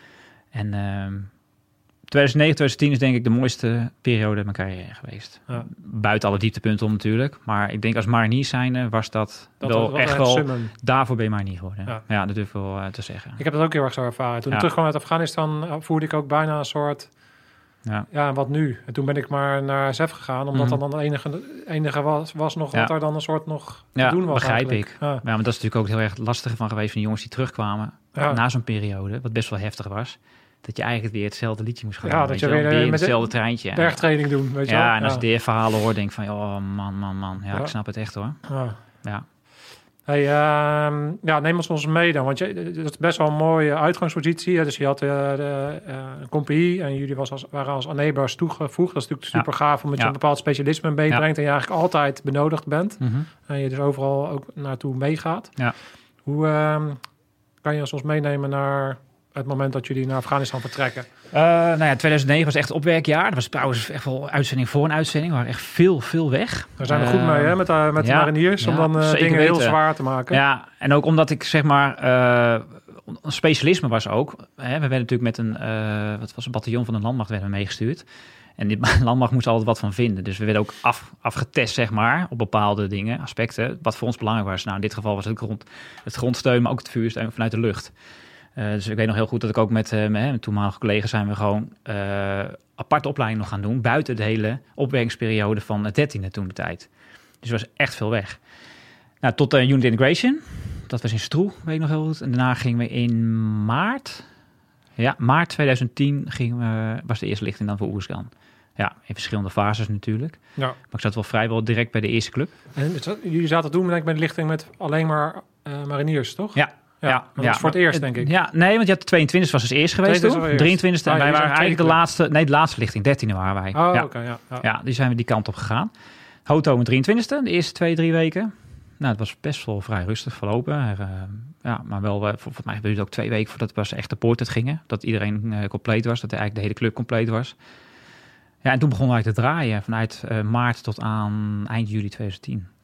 En... Uh, tweeduizend negen, tweeduizend tien is denk ik de mooiste periode in mijn carrière geweest. Ja. Buiten alle dieptepunten om natuurlijk. Maar ik denk als marinier zijnde was dat, dat wel was echt wel... Summen. Daarvoor ben je marinier geworden. Ja, ja dat durf ik wel uh, te zeggen. Ik heb dat ook heel erg zo ervaren. Toen ja. ik terugkwam uit Afghanistan voerde ik ook bijna een soort... Ja. ja, wat nu? En toen ben ik maar naar S F gegaan. Omdat mm-hmm. dat dan het enige, enige was, was nog ja. wat er dan een soort nog ja, te doen was. Begrijp eigenlijk. ik. Ja. ja, maar dat is natuurlijk ook heel erg lastig van geweest van de jongens die terugkwamen. Ja. Na zo'n periode, wat best wel heftig was. Dat je eigenlijk weer hetzelfde liedje moest gaan ja, doen. Dat je je weer, weer met hetzelfde treintje. Bergtraining doen, weet je ja, wel. en als ja. ik de verhalen hoor, denk ik van... oh man, man, man. Ja, ja. ik snap het echt hoor. Ja. ja. Hey, uh, ja, neem ons ons mee dan. Want je, dat is best wel een mooie uitgangspositie. Hè? Dus je had uh, de uh, compagnie en jullie was als, waren als enablers toegevoegd. Dat is natuurlijk super ja. gaaf omdat ja. je een bepaald specialisme meebrengt... Ja. en je eigenlijk altijd benodigd bent. Mm-hmm. En je dus overal ook naartoe meegaat. Ja. Hoe uh, kan je ons meenemen naar... het moment dat jullie naar Afghanistan vertrekken? Uh, nou ja, tweeduizend negen was echt het opwerkjaar. Dat was trouwens echt wel uitzending voor een uitzending. We waren echt veel, veel weg. Daar zijn we uh, goed mee, hè, met, uh, met ja, de mariniers. Om ja, dan uh, dingen weten. heel zwaar te maken. Ja, en ook omdat ik zeg maar... Uh, een specialisme was ook. Hè, we werden natuurlijk met een... Uh, wat was een bataljon van de landmacht werden we meegestuurd. En die landmacht moest altijd wat van vinden. Dus we werden ook af, afgetest, zeg maar, op bepaalde dingen, aspecten. Wat voor ons belangrijk was. Nou, in dit geval was het, grond, het grondsteun, maar ook het vuursteun vanuit de lucht. Uh, dus ik weet nog heel goed dat ik ook met uh, mijn toenmalige collega's zijn we gewoon uh, aparte opleiding nog gaan doen. Buiten de hele opwerkingsperiode van het dertiende toen de tijd. Dus er was echt veel weg. Nou, tot uh, Unit Integration. Dat was in Stroe, weet ik nog heel goed. En daarna gingen we in maart. Ja, maart tweeduizend tien gingen we, was de eerste lichting dan voor Oeruzgan. Ja, in verschillende fases natuurlijk. Ja. Maar ik zat wel vrijwel direct bij de eerste club. En jullie zaten toen denk ik bij de lichting met alleen maar uh, mariniers, toch? Ja. Ja, ja, maar dat ja, voor het eerst, denk ik. Ja, nee, want je had de tweeëntwintigste was als eerst geweest toen. drieëntwintigste Ah, en wij waren eigenlijk de laatste... Nee, de laatste lichting. dertiende waren wij. Oh, ja. oké, okay, ja, ja. Ja, die zijn we die kant op gegaan. Hoto met drieëntwintigste de eerste twee, drie weken. Nou, het was best wel vrij rustig verlopen. Er, uh, ja, maar wel, uh, volgens mij gebeurde het ook twee weken voordat we echt de poort uit gingen. Dat iedereen uh, compleet was, dat eigenlijk de hele club compleet was. Ja, en toen begonnen we eigenlijk te draaien vanuit uh, maart tot aan eind juli tweeduizend tien. Ja.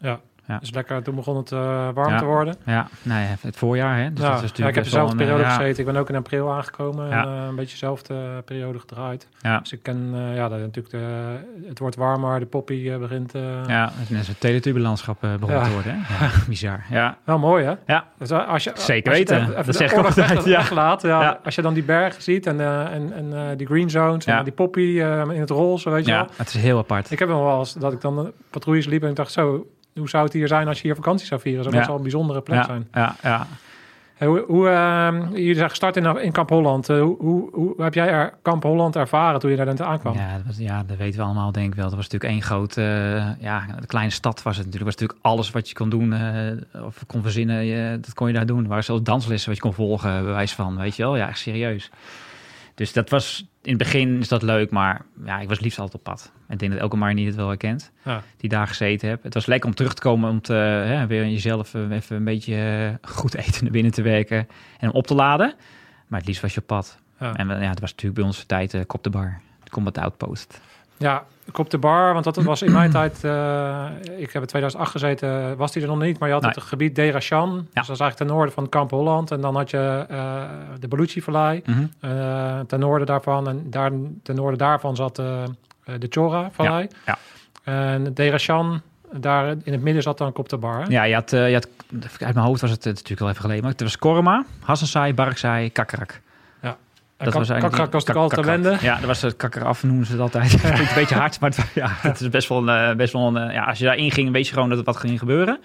ja. Dus lekker, toen begon het uh, warm ja. te worden. Ja, nee, het voorjaar. Hè? Dus ja. dat is ja, ik heb dezelfde dezelfde periode uh, gezeten. Ik ben ook in april aangekomen. Ja. En uh, een beetje dezelfde uh, periode gedraaid. Ja. Dus ik ken, uh, ja, dat, natuurlijk de, het wordt warmer. De poppy uh, begint... Uh, ja, het is een Teletubby-landschap uh, begon ja. te worden. Hè? Ja, bizar. Ja. Wel mooi, hè? Ja, dus als je, zeker als je weten. Even, even dat zeg ik altijd. Ja. Laat, ja. Ja. Als je dan die bergen ziet en, uh, en, en uh, die green zones en ja. die poppy uh, in het roze, weet je ja, wel. het is heel apart. Ik heb nog wel eens dat ik dan patrouilles liep en ik dacht zo... Hoe zou het hier zijn als je hier vakantie zou vieren? Zou dat ja. wel een bijzondere plek ja, zijn. Ja, ja. Hey, hoe, hoe, uh, jullie zijn gestart in, in Kamp Holland. Uh, hoe, hoe, hoe heb jij er Kamp Holland ervaren toen je daar net aankwam? Ja, dat was, ja, dat weten we allemaal denk ik wel. Dat was natuurlijk één grote, uh, ja, een kleine stad was het natuurlijk. Het was natuurlijk alles wat je kon doen uh, of kon verzinnen, uh, dat kon je daar doen. Er waren zelfs danslessen wat je kon volgen, bewijs van, weet je wel. Ja, echt serieus. Dus dat was, in het begin is dat leuk, maar ja, ik was liefst altijd op pad. En ik denk dat elke marinier het wel herkent, ja. die daar gezeten heb. Het was lekker om terug te komen, om te, hè, weer jezelf uh, even een beetje uh, goed eten naar binnen te werken en om op te laden. Maar het liefst was je op pad. Ja. En ja, het was natuurlijk bij onze tijd uh, Kop de Bar, de Combat Outpost. Ja, Kop de Bar, want dat was in mijn tijd, uh, ik heb in tweeduizend acht gezeten, was die er nog niet, maar je had nee. het gebied Derachan, ja. dus dat is eigenlijk ten noorden van Kamp Holland. En dan had je uh, de Baluchi-vallei mm-hmm. uh, ten noorden daarvan. En daar, ten noorden daarvan zat uh, de Chora-vallei. Ja. Ja. En Derachan, daar in het midden zat dan Kop de Bar. Hè? Ja, je had, uh, je had, uit mijn hoofd was het uh, natuurlijk al even geleden, maar het was Korma, Hassansai, Barksai, Kakrak. Dat was Kakrak was natuurlijk altijd ellende. Ja, dat was het kakkeraf, noemen ze het altijd. Het klinkt een beetje hard, maar het, ja, het is best wel een... Best wel een ja, als je daarin ging, weet je gewoon dat er wat ging gebeuren.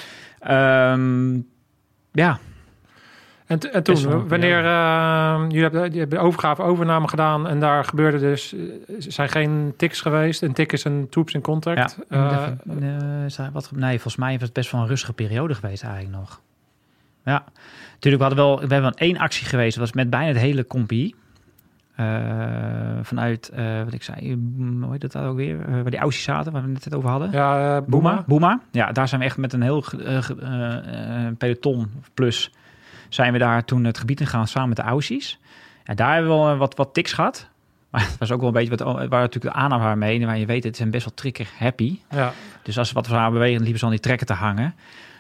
Um, ja. En, t- en toen, wel, wanneer uh, jullie hebben, jullie hebben de overgave overname gedaan en daar gebeurde dus, zijn geen tics geweest. Een tik is een troops in contact. Ja, uh, uh, wat, nee, volgens mij was het best wel een rustige periode geweest eigenlijk nog. Ja, natuurlijk, we hadden wel, we hebben wel één actie geweest. Dat was met bijna het hele compie. Uh, vanuit, uh, wat ik zei, hoe heet dat ook weer? Uh, waar die Aussies zaten, waar we het net over hadden. Ja, uh, Boema. Boema. Ja, daar zijn we echt met een heel uh, uh, peloton plus zijn we daar toen het gebied in gegaan samen met de Aussies. En daar hebben we wel wat, wat tics gehad. Maar het was ook wel een beetje, wat, waar natuurlijk de aanname waren mee. Waar je weet, het zijn best wel trigger happy. Ja. Dus als ze wat waren bewegen, liepen ze aan die trekken te hangen.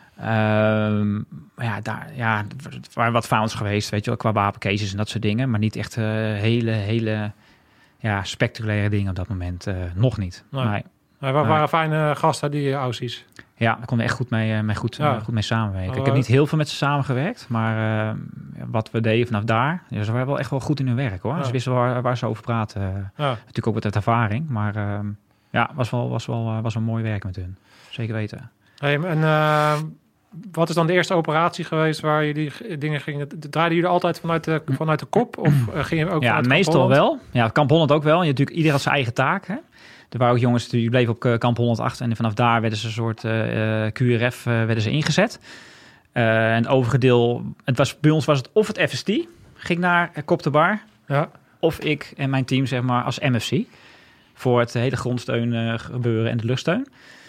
Um, ja, daar ja, er waren wat founds geweest, weet je wel, qua wapencases en dat soort dingen. Maar niet echt uh, hele, hele ja, spectaculaire dingen op dat moment. Uh, nog niet. Nee. Nee. Maar we waren fijne gasten, die Aussies. Ja, daar konden we echt goed mee, mee, goed, ja. goed mee samenwerken. Oh, ik heb niet heel veel met ze samengewerkt, maar uh, wat we deden vanaf daar, ja, ze waren wel echt wel goed in hun werk, hoor. Ja. Ze wisten waar, waar ze over praten. Ja. Natuurlijk ook wat uit ervaring, maar uh, ja, was wel, was wel, was wel mooi werk met hun. Zeker weten. Hey, en uh, wat is dan de eerste operatie geweest waar jullie dingen gingen? Draaiden jullie altijd vanuit de, vanuit de kop? Of uh, gingen ook ja, vanuit meestal Kamp wel. Ja, Kamp Holland ook wel. Je natuurlijk, ieder had zijn eigen taak, hè. Er waren ook jongens die bleven op Kamp Holland achter en vanaf daar werden ze een soort uh, Q R F uh, werden ze ingezet. Uh, en het overige deel, het was, bij ons was het of het F S T, ging naar Kop de Bar, ja. of ik en mijn team zeg maar als M F C voor het hele grondsteun uh, gebeuren en de luchtsteun.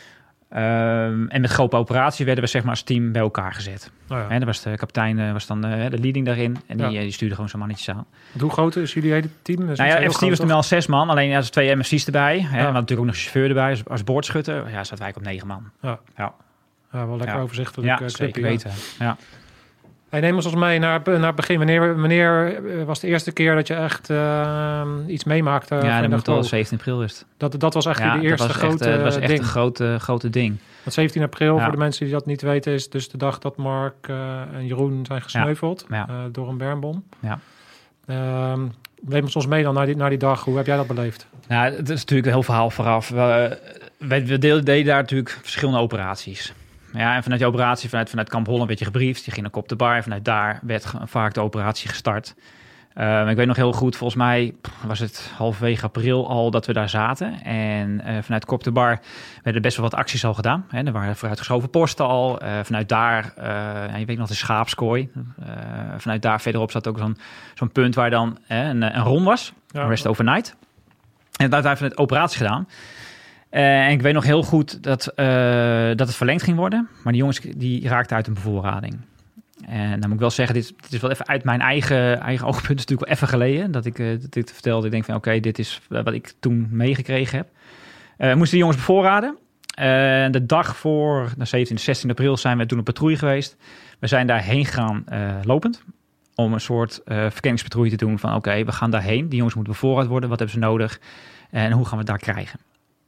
Um, en met grote operatie werden we zeg maar als team bij elkaar gezet. Oh ja. En dan was de kapitein uh, was dan uh, de leading daarin en die, ja. uh, die stuurde gewoon zijn mannetjes aan. Hoe groot is jullie hele team? Nou ja, F S T was toen wel zes man, alleen ja, er twee M F C's erbij. Ja. Hè, we hadden natuurlijk ook nog een chauffeur erbij als, als boordschutter. Ja, zaten wij op negen man. Ja, ja. ja wel lekker ja. overzichtelijk. Ja, uh, zeker clipje, weten. Ja. Ja. Hey, neem ons eens mee naar, naar het begin. Wanneer, wanneer was de eerste keer dat je echt uh, iets meemaakte? Ja, dat moet al zeventien april is. Dat, dat was echt ja, de eerste dat grote echt, uh, dat was echt ding. een grote, grote ding. Want zeventien april, ja. voor de mensen die dat niet weten, is dus de dag dat Mark uh, en Jeroen zijn gesneuveld ja. Ja. Uh, door een bermbom. Ja. Uh, neem ons mee dan naar die, naar die dag. Hoe heb jij dat beleefd? Ja, het is natuurlijk een heel verhaal vooraf. We, we, we deden daar natuurlijk verschillende operaties. Ja, en vanuit die operatie, vanuit, vanuit Kamp Holland werd je gebriefd. Je ging naar Kop de Bar. Vanuit daar werd vaak de operatie gestart. Uh, ik weet nog heel goed, volgens mij was het halverwege april al dat we daar zaten. En uh, vanuit Kop de Bar werden best wel wat acties al gedaan. Hè. Er waren vooruitgeschoven posten al. Uh, vanuit daar, uh, ja, je weet nog de schaapskooi. Uh, vanuit daar verderop zat ook zo'n, zo'n punt waar dan uh, een, een ron was. Ja, rest overnight. En daar hebben we een operatie gedaan. Uh, en ik weet nog heel goed dat, uh, dat het verlengd ging worden. Maar die jongens die raakten uit hun bevoorrading. En dan moet ik wel zeggen, dit, dit is wel even uit mijn eigen, eigen oogpunt. Het is natuurlijk wel even geleden dat ik uh, dit vertelde. Ik denk van oké, okay, dit is wat ik toen meegekregen heb. Uh, moesten die jongens bevoorraden. Uh, de dag voor, de zeventiende, zestiende april, zijn we toen op patrouille geweest. We zijn daarheen gegaan uh, lopend. Om een soort uh, verkenningspatrouille te doen van oké, okay, we gaan daarheen. Die jongens moeten bevoorraad worden. Wat hebben ze nodig? En hoe gaan we het daar krijgen?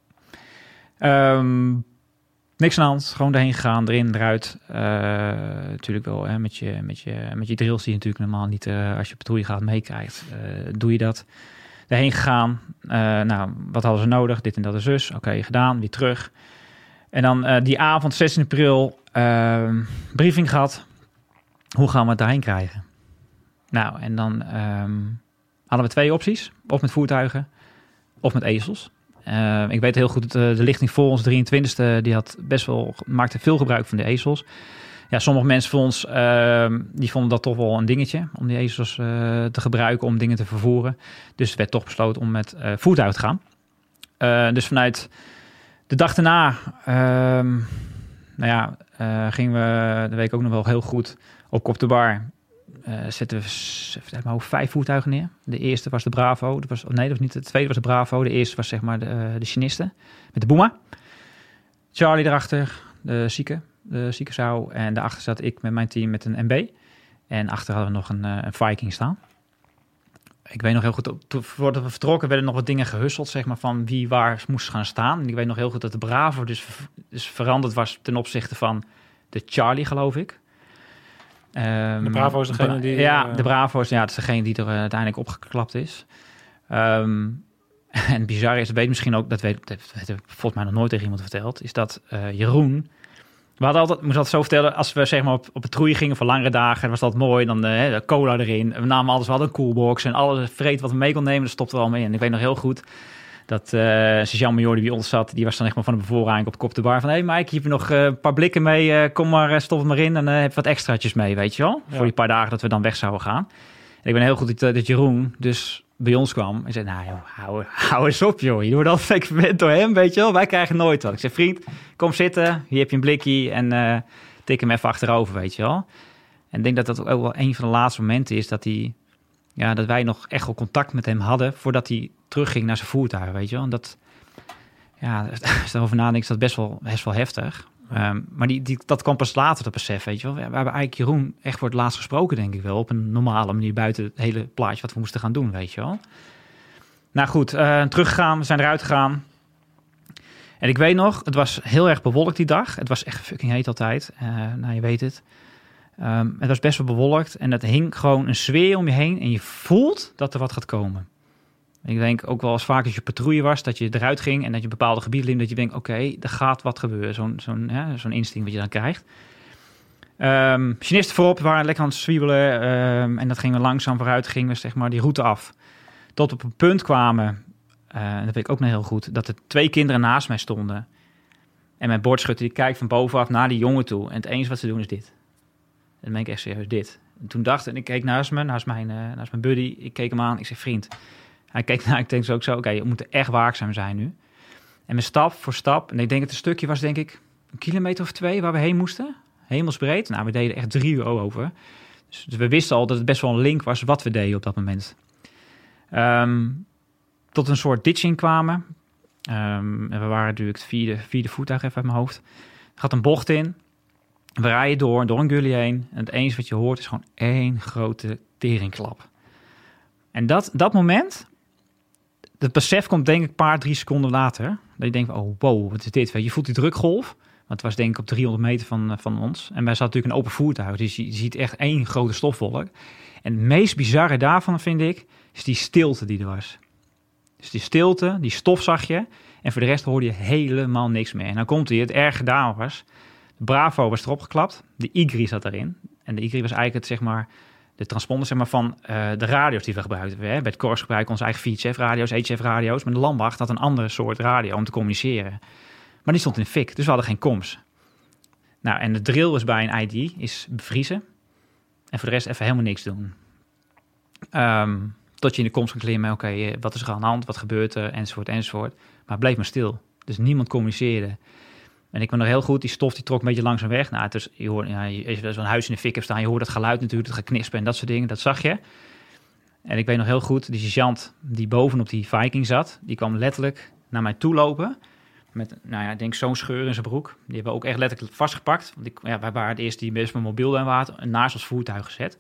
Um, niks aan de hand. Gewoon daarheen gegaan. Erin, eruit. Uh, natuurlijk wel hè, met, je, met, je, met je drills die je natuurlijk normaal niet uh, als je patrouille gaat meekrijgt. Uh, doe je dat. Daarheen gegaan. Uh, nou, wat hadden ze nodig? Dit en dat en zus. Oké, okay, gedaan. Weer terug. En dan uh, die avond, zestiende april, uh, briefing gehad. Hoe gaan we het daarheen krijgen? Nou, en dan um, hadden we twee opties. Of met voertuigen, of met ezels. Uh, ik weet heel goed, de, de lichting voor ons, drieëntwintigste, die had best wel, maakte veel gebruik van de ezels. Ja, sommige mensen van ons, uh, die vonden dat toch wel een dingetje, om die ezels uh, te gebruiken, om dingen te vervoeren. Dus er werd toch besloten om met uh, voertuig te gaan. Uh, dus vanuit de dag daarna, uh, nou ja, uh, gingen we, dat weet ik ook nog wel heel goed, op Kop de Bar. Uh, zetten we zeg maar, vijf voertuigen neer. De eerste was de Bravo. Dat was, oh nee, dat was niet. De tweede was de Bravo. De eerste was zeg maar de, uh, de Chinisten met de Boema. Charlie erachter, de zieke, de ziekenzouw. En daarachter zat ik met mijn team met een M B. En achter hadden we nog een, uh, een Viking staan. Ik weet nog heel goed, toen, voordat we vertrokken werden nog wat dingen gehusseld, zeg maar, van wie waar moest gaan staan. En ik weet nog heel goed dat de Bravo dus, dus veranderd was ten opzichte van de Charlie, geloof ik. Um, de Bravo is degene die... Ja, uh, de Bravo is, ja, het is degene die er uh, uiteindelijk opgeklapt is. Um, en het bizarre is, dat weet misschien ook, dat weet, dat heeft volgens mij nog nooit tegen iemand verteld, is dat uh, Jeroen... We hadden altijd, moest altijd zo vertellen, als we zeg maar op, op patrouille gingen voor langere dagen, was dat mooi, dan uh, de cola erin. We namen alles, we hadden een coolbox en alles vreet wat we mee kon nemen, dat stopte er al mee in. Ik weet nog heel goed dat uh, sergeant-major die bij ons zat, die was dan echt maar van de bevoorrading op Kop de Bar van, hé hey Mike, hier heb je nog uh, een paar blikken mee, uh, kom maar, uh, stop het maar in en uh, heb wat extraatjes mee, weet je wel. Ja. Voor die paar dagen dat we dan weg zouden gaan. En ik ben heel goed dat, dat Jeroen dus bij ons kwam en zei, nou joh, hou, hou eens op joh, je wordt altijd verwend door hem, weet je wel, wij krijgen nooit wat. Ik zei, vriend, kom zitten, hier heb je een blikje en uh, tik hem even achterover, weet je wel. En ik denk dat dat ook wel een van de laatste momenten is dat hij, ja, dat wij nog echt wel contact met hem hadden voordat hij terugging naar zijn voertuig, weet je wel. En dat, ja, als je erover nadenkt, is dat best wel, best wel heftig. Um, maar die, die, dat kwam pas later, dat besef, weet je wel. We, we hebben eigenlijk Jeroen echt voor het laatst gesproken, denk ik wel. Op een normale manier buiten het hele plaatje wat we moesten gaan doen, weet je wel. Nou goed, uh, teruggegaan, we zijn eruit gegaan. En ik weet nog, het was heel erg bewolkt die dag. Het was echt fucking heet altijd. Uh, nou, je weet het. Um, het was best wel bewolkt en het hing gewoon een sfeer om je heen. En je voelt dat er wat gaat komen. Ik denk ook wel eens vaak als je patrouille was, dat je eruit ging en dat je bepaalde gebieden liep, dat je denkt, oké, okay, er gaat wat gebeuren. Zo'n zo'n, ja, zo'n instinct wat je dan krijgt. Um, Chinisten voorop waren lekker aan het zwiebelen um, en dat gingen we langzaam vooruit, gingen we zeg maar die route af. Tot op een punt kwamen, uh, dat weet ik ook nog heel goed, dat er twee kinderen naast mij stonden. En mijn bordschutter die kijkt van bovenaf naar die jongen toe. En het enige wat ze doen is dit. En dan ben ik echt serieus dit. En toen dacht ik, en ik keek naast me, naast mijn, uh, naast mijn buddy, ik keek hem aan, ik zei, vriend... Hij keek naar, ik denk zo ook zo, oké, okay, we moeten echt waakzaam zijn nu. En met stap voor stap, en ik denk het een stukje was denk ik een kilometer of twee waar we heen moesten. Hemelsbreed. Nou, we deden echt drie uur over. Dus, dus we wisten al dat het best wel een link was wat we deden op dat moment. Um, tot een soort ditching kwamen. Um, en we waren natuurlijk het vierde, vierde voertuig even uit mijn hoofd. Er gaat een bocht in. We rijden door, door een gully heen. En het enige wat je hoort is gewoon één grote teringklap. En dat, dat moment... Het besef komt denk ik een paar, drie seconden later. Dat je denkt, oh wow, wat is dit? Je voelt die drukgolf. Want het was denk ik op driehonderd meter van, van ons. En wij zaten natuurlijk een open voertuig. Dus je, je ziet echt één grote stofwolk. En het meest bizarre daarvan vind ik, is die stilte die er was. Dus die stilte, die stof zag je. En voor de rest hoorde je helemaal niks meer. En dan komt hij, het erg gedaan was. De Bravo was erop geklapt. De I G R I zat erin. En de I G R I was eigenlijk het, zeg maar... de transponder zeg maar, van uh, de radio's die we gebruikten. Hè. Bij het Korps gebruiken onze eigen V H F-radio's, H F-radio's. Maar de landmacht had een andere soort radio om te communiceren. Maar die stond in de fik, dus we hadden geen coms. Nou, en de drill was bij een I D, is bevriezen. En voor de rest even helemaal niks doen. Um, tot je in de coms kan klimmen, oké, okay, wat is er aan de hand, wat gebeurt er, enzovoort, enzovoort. Maar het bleef maar stil. Dus niemand communiceerde. En ik ben nog heel goed, die stof die trok een beetje langzaam weg. Nou, dus je hoort, ja, als je zo'n huis in de fik hebt staan, je hoort dat geluid natuurlijk, het geknispen en dat soort dingen, dat zag je. En ik weet nog heel goed, die sergeant die bovenop die Viking zat, die kwam letterlijk naar mij toe lopen met, nou ja, ik denk zo'n scheur in zijn broek. Die hebben we ook echt letterlijk vastgepakt. Want ik, ja, wij waren de eerste die best met mobiel en water naast ons voertuig gezet.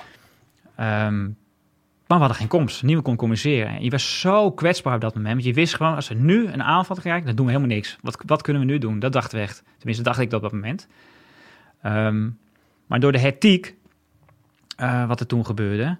Um, maar we hadden geen komst. Niemand kon communiceren. En je was zo kwetsbaar op dat moment. Want je wist gewoon, als er nu een aanval krijgt, dan doen we helemaal niks. Wat, wat kunnen we nu doen? Dat dachten we echt. Tenminste, dacht ik dat op dat moment. Um, maar door de hectiek, uh, wat er toen gebeurde,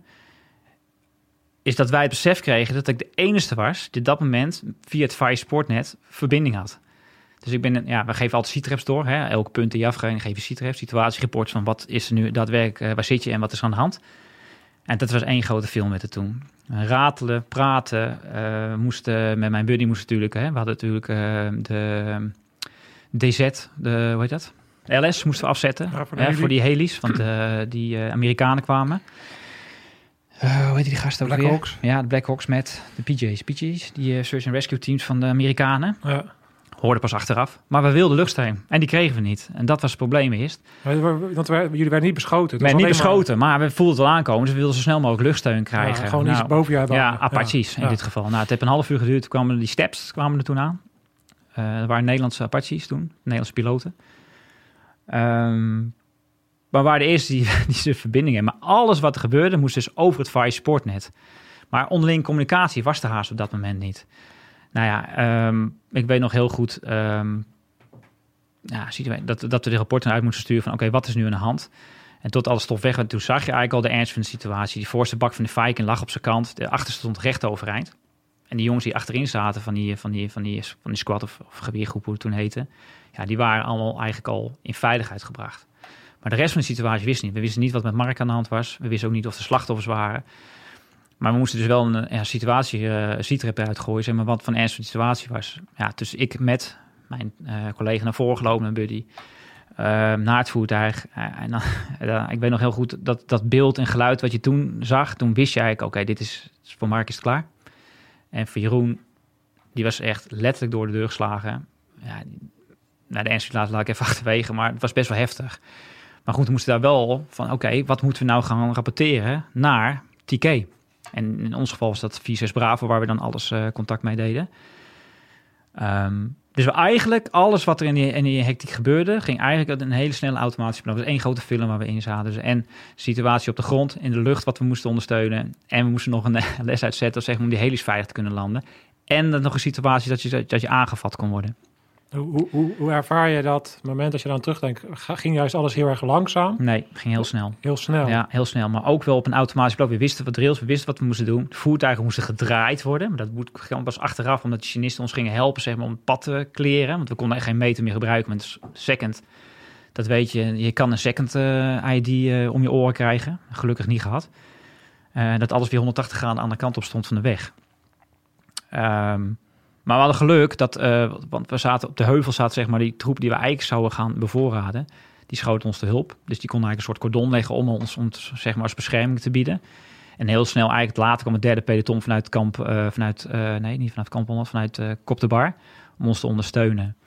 is dat wij het besef kregen dat ik de enige was die op dat moment via het Fire Sportnet verbinding had. Dus ik ben, ja, we geven altijd C-traps door. Hè? Elke punt die je afgeeft, geef je C-traps, situatiereports van wat is er nu daadwerkelijk, uh, waar zit je en wat is er aan de hand. En dat was één grote film met het toen. Ratelen, praten. Uh, moesten, met mijn buddy moest natuurlijk, hè, we hadden natuurlijk uh, de D Z, de, hoe heet dat? L S moesten we afzetten. Ja, voor, hè, voor die heli's, want uh, die uh, Amerikanen kwamen. Uh, hoe heet die gast ook Black weer? Hawks. Ja, de Black Hawks met de P J's. P J's, die uh, search and rescue teams van de Amerikanen. Ja. Hoorden pas achteraf. Maar we wilden luchtsteun. En die kregen we niet. En dat was het probleem eerst. Want we, jullie werden niet beschoten. We werden niet beschoten, maar... maar we voelden het al aankomen. Dus we wilden zo snel mogelijk luchtsteun krijgen. Ja, gewoon nou, iets boven je hebben. Ja, Apaches ja. in ja. dit geval. Nou, het heeft een half uur geduurd. Toen kwamen die steps kwamen er toen aan. Uh, er waren Nederlandse Apaches toen. Nederlandse piloten. Um, maar we waren de eerste die, die de verbinding hebben. Maar alles wat er gebeurde moest dus over het Fire Sportnet. Maar onderling communicatie was er haast op dat moment niet. Nou ja, um, ik weet nog heel goed um, ja, dat, dat we de rapporten uit moesten sturen van oké, okay, wat is nu aan de hand? En tot alle stof weg, toen zag je eigenlijk al de ernst van de situatie. Die voorste bak van de Viking lag op zijn kant, de achterste stond recht overeind. En die jongens die achterin zaten van die, van die, van die, van die squad of, of geweergroep, hoe het toen heette, ja, die waren allemaal eigenlijk al in veiligheid gebracht. Maar de rest van de situatie wist niet. We wisten niet wat met Mark aan de hand was. We wisten ook niet of er slachtoffers waren. Maar we moesten dus wel een ja, situatie, uh, C-trap uitgooien, zeg maar, wat van ernst van de situatie was. Ja, dus ik met mijn uh, collega naar voren gelopen, mijn buddy, uh, naar het voertuig. Uh, en dan, uh, ik weet nog heel goed dat, dat beeld en geluid wat je toen zag, toen wist je eigenlijk, oké, okay, dit is, voor Mark is het klaar. En voor Jeroen, die was echt letterlijk door de deur geslagen. Ja, nou, de ernst laat, laat ik even achterwege, maar het was best wel heftig. Maar goed, we moesten daar wel van, oké, okay, wat moeten we nou gaan rapporteren naar T K? En in ons geval was dat vier zes Bravo, waar we dan alles uh, contact mee deden. Um, dus we eigenlijk, alles wat er in die, in die hectiek gebeurde, ging eigenlijk een hele snelle automatische plan. Dat was één grote film waar we in zaten. Dus en situatie op de grond, in de lucht, wat we moesten ondersteunen. En we moesten nog een les uitzetten, zeg maar, om die heli's veilig te kunnen landen. En dan nog een situatie dat je, dat je aangevat kon worden. Hoe, hoe, hoe ervaar je dat? Het moment dat je dan terugdenkt, ging juist alles heel erg langzaam? Nee, ging heel snel. Heel snel? Ja, heel snel. Maar ook wel op een automatische blok. We wisten wat drills, we wisten wat we moesten doen. De voertuigen moesten gedraaid worden. Maar dat moet pas achteraf, omdat de Chinesen ons gingen helpen, zeg maar, om het pad te kleren. Want we konden echt geen meter meer gebruiken. Want second, dat weet je, je kan een second uh, I D uh, om je oren krijgen. Gelukkig niet gehad. Uh, dat alles weer honderdtachtig graden aan de andere kant op stond van de weg. Um, Maar we hadden geluk dat, uh, want we zaten op de heuvel, zaten zeg maar die troep die we eigenlijk zouden gaan bevoorraden. Die schoten ons te hulp. Dus die konden eigenlijk een soort cordon leggen om ons, om zeg maar als bescherming te bieden. En heel snel eigenlijk later kwam het derde peloton vanuit het kamp, uh, vanuit, uh, nee niet vanuit kamp, vanuit uh, Kop de Bar, om ons te ondersteunen.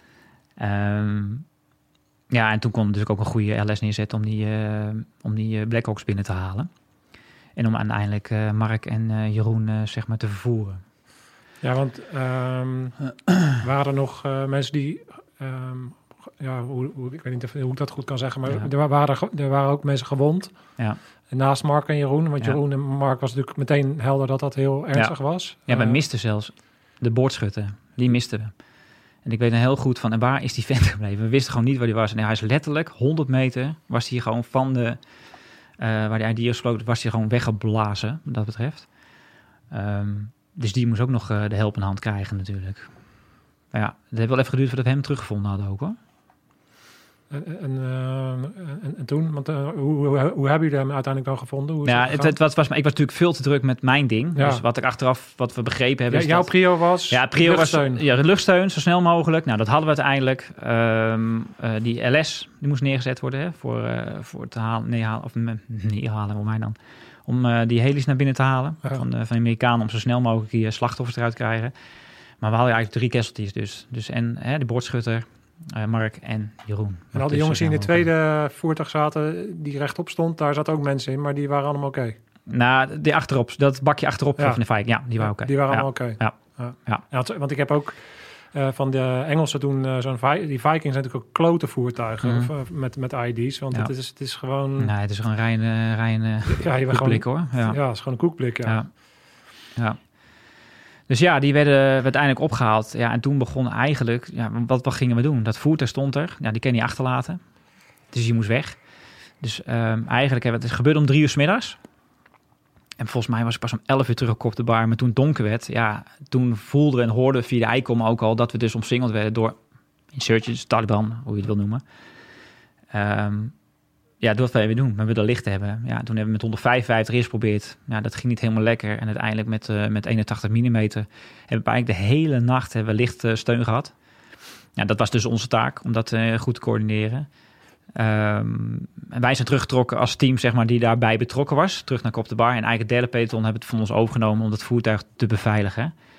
Um, ja, en toen kon we dus ook een goede L S neerzetten om die, uh, om die uh, Black Hawks binnen te halen. En om uiteindelijk uh, Mark en uh, Jeroen uh, zeg maar te vervoeren. Ja, want um, waren er nog uh, mensen die, um, ja, hoe, hoe, ik weet niet of, hoe ik dat goed kan zeggen, maar ja. er, waren, er waren ook mensen gewond. Ja. En naast Mark en Jeroen, want ja. Jeroen en Mark was natuurlijk meteen helder dat dat heel ernstig ja. was. Ja, wij uh, misten zelfs de boordschutter. Die misten we. En ik weet nog heel goed van, en waar is die vent gebleven? We wisten gewoon niet waar hij was. En hij is letterlijk honderd meter, was hij gewoon van de, uh, waar die I D gesloten was hij gewoon weggeblazen, wat dat betreft. Um, Dus die moest ook nog uh, de helpende hand krijgen natuurlijk. Maar ja, het heeft wel even geduurd voordat we hem teruggevonden hadden ook, hoor. En, en, uh, en, en toen? Want, uh, hoe, hoe, hoe hebben jullie hem uiteindelijk dan gevonden? Hoe ja, het, het was, was, ik was natuurlijk veel te druk met mijn ding. Ja. Dus wat ik achteraf, wat we begrepen hebben... Ja, is jouw dat, prio was ja, prio luchtsteun. Was, ja, luchtsteun, zo snel mogelijk. Nou, dat hadden we uiteindelijk. Um, uh, die L S, die moest neergezet worden, hè, voor, uh, voor het halen... Nee, halen, of nee, halen, voor mij dan. Om uh, die heli's naar binnen te halen. Ja. Van, de, van de Amerikanen, om zo snel mogelijk die uh, slachtoffers eruit te krijgen. Maar we hadden eigenlijk drie casualties dus. Dus en hè, de boordschutter, uh, Mark en Jeroen. En al die jongens die in de tweede voertuig zaten, die rechtop stond, daar zaten ook mensen in, maar die waren allemaal oké. Okay. Nou, die achterop, dat bakje achterop ja. van de Viking, ja, die waren oké. Okay. Die waren ja. allemaal oké. Okay. Ja. Ja. Ja. Ja, want ik heb ook uh, van de Engelsen doen uh, zo'n... Vi- die Vikings zijn natuurlijk ook klote voertuigen mm. of, uh, met, met I D's. Want ja. het, is, het is gewoon... Nee, het is gewoon een reine, reine ja, je koekblik hoor. Ja. ja, het is gewoon een koekblik, ja. ja. ja. Dus ja, die werden, werden uiteindelijk opgehaald. Ja, en toen begon eigenlijk... Ja, wat, wat gingen we doen? Dat voertuig stond er. Ja, die kon je niet achterlaten. Dus je moest weg. Dus um, eigenlijk... Het is gebeurd om drie uur 's middags. En volgens mij was ik pas om elf uur terug op Kop de Bar. Maar toen het donker werd... Ja, toen voelden we en hoorden we via de Eicom ook al... dat we dus omsingeld werden door insurgents, Taliban, hoe je het wil noemen. Um, ja, dat willen we doen. Maar we willen licht hebben. Ja, toen hebben we met honderdvijfenvijftig eerst geprobeerd. Ja, dat ging niet helemaal lekker. En uiteindelijk met, uh, met eenentachtig millimeter... hebben we eigenlijk de hele nacht hebben we licht uh, steun gehad. Ja, dat was dus onze taak, om dat uh, goed te coördineren. Um, en wij zijn teruggetrokken als team, zeg maar, die daarbij betrokken was. Terug naar Kop de Bar. En eigenlijk het derde peloton hebben het van ons overgenomen... om dat voertuig te beveiligen.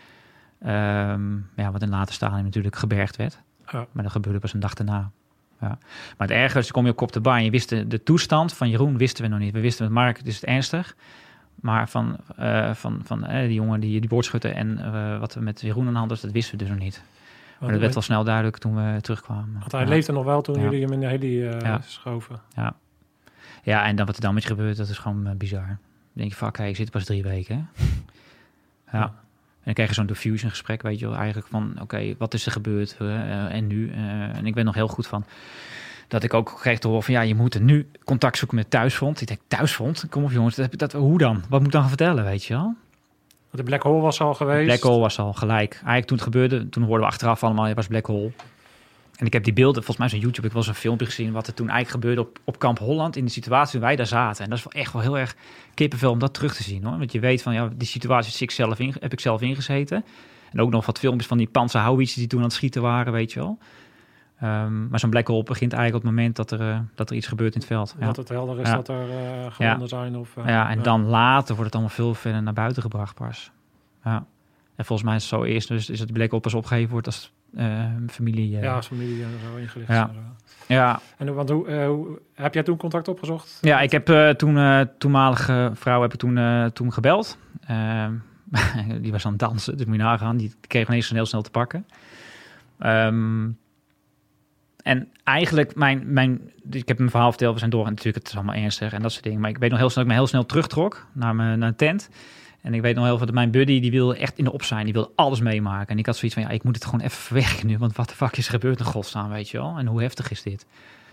Um, ja, wat in later stadium natuurlijk gebergd werd. Ja. Maar dat gebeurde pas een dag daarna. Ja. Maar het ergste is, kom je op Kop de Bar en je wist de, de toestand van Jeroen wisten we nog niet. We wisten met Mark, het is het ernstig. Maar van, uh, van, van uh, die jongen, die, die boordschutter en uh, wat we met Jeroen aan de hand was, dat wisten we dus nog niet. Maar dat werd wel snel duidelijk toen we terugkwamen. Want hij ja. leefde nog wel toen ja. jullie hem in de heli uh, ja. schoven. Ja. ja, en dan wat er dan met je gebeurt, dat is gewoon uh, bizar. Dan denk je, fuck, hey, ik zit pas drie weken. ja. ja. En dan krijg je zo'n diffusion gesprek, weet je wel, eigenlijk van, oké, okay, wat is er gebeurd uh, en nu? Uh, en ik ben nog heel goed van, dat ik ook kreeg te horen van, ja, je moet er nu contact zoeken met thuisfront. Ik denk, thuisfront? Kom op jongens, dat, dat, hoe dan? Wat moet ik dan gaan vertellen, weet je wel? De Black Hole was al geweest. De Black Hole was al gelijk. Eigenlijk toen het gebeurde, toen hoorden we achteraf allemaal, je was Black Hole. En ik heb die beelden, volgens mij is op YouTube, ik heb wel eens een filmpje gezien, wat er toen eigenlijk gebeurde op, op Kamp Holland, in de situatie waar wij daar zaten. En dat is wel echt wel heel erg kippenvel om dat terug te zien, hoor. Want je weet van, ja, die situatie ik zelf in, heb ik zelf ingezeten. En ook nog wat filmpjes van die panzerhouwitjes die toen aan het schieten waren, weet je wel. Um, maar zo'n Black Hole begint eigenlijk op het moment dat er, uh, dat er iets gebeurt in het veld. Dat ja. het helder is ja. dat er uh, gewonden ja. zijn. Of, uh, ja, en ja. dan later wordt het allemaal veel verder naar buiten gebracht pas. Ja. En volgens mij is het zo eerst, dus is het Black Hole pas opgegeven wordt als uh, familie... Uh, ja, als familie uh, zo ingelicht. Ja. ja. En want hoe, uh, hoe, heb jij toen contact opgezocht? Ja, ik heb uh, toen, uh, toenmalige vrouw heb ik toen, uh, toen gebeld. Uh, die was aan het dansen, dus moet je nagaan. Die kreeg ineens heel snel te pakken. Um, en eigenlijk, mijn, mijn, ik heb mijn verhaal verteld, we zijn door en natuurlijk, het is allemaal ernstig en dat soort dingen. Maar ik weet nog heel snel dat ik me heel snel terugtrok naar mijn naar een tent. En ik weet nog heel veel dat mijn buddy, die wilde echt in de op zijn. Die wilde alles meemaken. En ik had zoiets van, ja, ik moet het gewoon even verwerken nu. Want wat de fuck is er gebeurd in godsnaam, weet je wel? En hoe heftig is dit?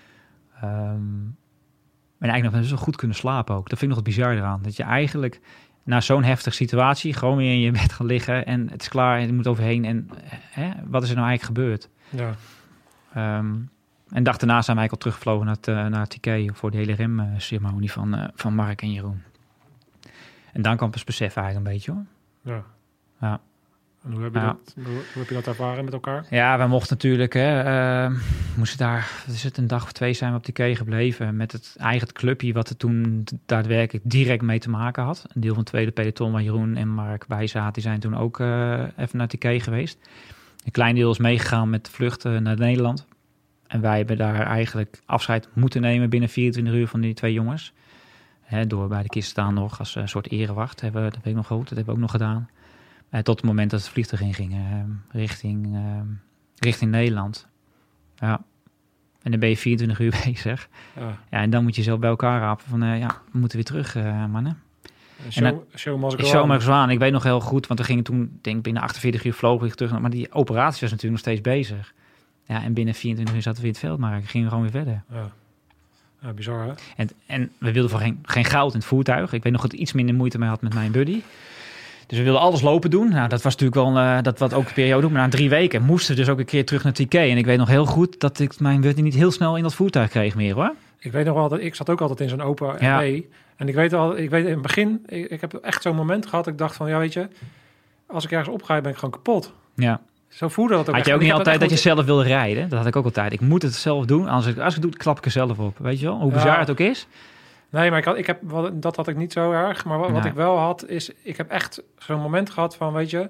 Um, en eigenlijk nog zo goed kunnen slapen ook. Dat vind ik nog het bizar eraan. Dat je eigenlijk na zo'n heftige situatie gewoon weer in je bed gaat liggen. En het is klaar, je moet overheen. En hè, wat is er nou eigenlijk gebeurd? Ja. Um, en dag daarna zijn wij al teruggevlogen naar, het, uh, naar T K voor de hele remceremonie van, uh, van Mark en Jeroen. En dan kwam het besef eigenlijk een beetje, hoor. Ja. Ja. En hoe heb je, ja. dat, hoe, hoe heb je dat ervaren met elkaar? Ja, wij mochten natuurlijk, hè, uh, moesten daar, wat is het, een dag of twee zijn we op T K gebleven. Met het eigen clubje wat er toen daadwerkelijk direct mee te maken had. Een deel van het tweede peloton waar Jeroen en Mark bij zaten, die zijn toen ook uh, even naar T K geweest. Een klein deel is meegegaan met de vlucht uh, naar Nederland. En wij hebben daar eigenlijk afscheid moeten nemen binnen vierentwintig uur van die twee jongens. Hè, door bij de kist staan nog als een soort erewacht. Hebben we, dat weet ik nog goed, dat hebben we ook nog gedaan. Uh, tot het moment dat het vliegtuig inging uh, richting, uh, richting Nederland. Ja. En dan ben je vierentwintig uur bezig. Ja. Ja, en dan moet je zelf bij elkaar rapen van, uh, ja, we moeten weer terug, uh, mannen. Show, en dan, show must go show must go on. Ik weet nog heel goed, want we gingen toen, denk ik, binnen achtenveertig uur vlogen we terug. Maar die operatie was natuurlijk nog steeds bezig. Ja, en binnen vierentwintig uur zaten we in het veld, maar we gingen gewoon weer verder. Ja. Ja, bizar, hè? En, en we wilden voor geen, geen goud in het voertuig. Ik weet nog dat ik iets minder moeite mee had met mijn buddy. Dus we wilden alles lopen doen. Nou, dat was natuurlijk wel uh, dat wat ook de periode. Maar na drie weken moesten we dus ook een keer terug naar T K. En ik weet nog heel goed dat ik mijn buddy niet heel snel in dat voertuig kreeg meer, hoor. Ik weet nog wel dat ik zat ook altijd in zo'n open ja. R P. En ik weet al, ik weet in het begin, ik, ik heb echt zo'n moment gehad. Dat ik dacht van, ja, weet je, als ik ergens opga, ben ik gewoon kapot. Ja. Zo voelde dat ook. Had je ook niet altijd dat je zelf wilde rijden? Dat had ik ook altijd. Ik moet het zelf doen. Als ik, als ik het doe, klap ik er zelf op. Weet je wel? Hoe bizar ja. het ook is. Nee, maar ik had, ik heb, dat had ik niet zo erg. Maar wat, wat ik wel had, is... Ik heb echt zo'n moment gehad van, weet je...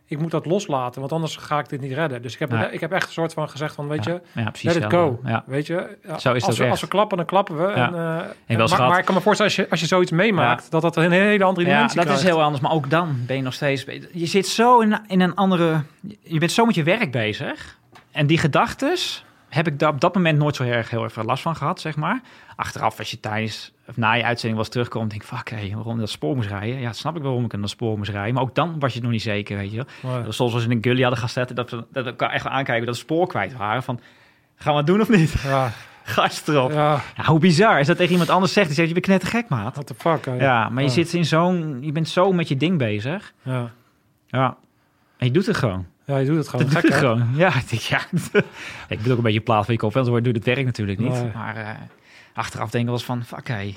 ik moet dat loslaten, want anders ga ik dit niet redden. Dus ik heb, Ja. ik heb echt een soort van gezegd van, weet Ja. je, Ja, precies. let it go. Ja. Weet je, Zo is als, dat we, als we klappen, dan klappen we. Ja. En, uh, wel maar, schat. maar ik kan me voorstellen, als je, als je zoiets meemaakt, Ja. dat dat een hele andere Ja, dimensie dat krijgt. is heel anders. Maar ook dan ben je nog steeds... Je zit zo in, in een andere... Je bent zo met je werk bezig. En die gedachtes heb ik daar op dat moment nooit zo erg heel erg veel last van gehad, zeg maar. Achteraf, als je tijdens of na je uitzending was terugkomt, denk ik, fuck, hey, waarom ik dat spoor moest rijden? Ja, snap ik waarom ik in dat spoor moest rijden. Maar ook dan was je het nog niet zeker, weet je wel. Ja. Dus soms als we in een gully hadden gaan zetten, dat we, dat we elkaar echt wel aankijken dat we het spoor kwijt waren. Van, gaan we het doen of niet? Ja, Gast erop. ja, Ja, hoe bizar is dat tegen iemand anders zegt. Die zegt, je bent knettergek, maat. what the fuck. hè. Ja, maar je Ja. zit in zo'n... Je bent zo met je ding bezig. Ja. Ja. En je doet het gewoon. ja, je doet het gewoon. Dat Gek, doe je hè? gewoon. Ja, ik denk, ja. Ik bedoel ook een beetje plaat van je kop. Anders doe je het werk natuurlijk niet. Nee. Maar uh, achteraf denk ik wel eens van... Fuck, hé.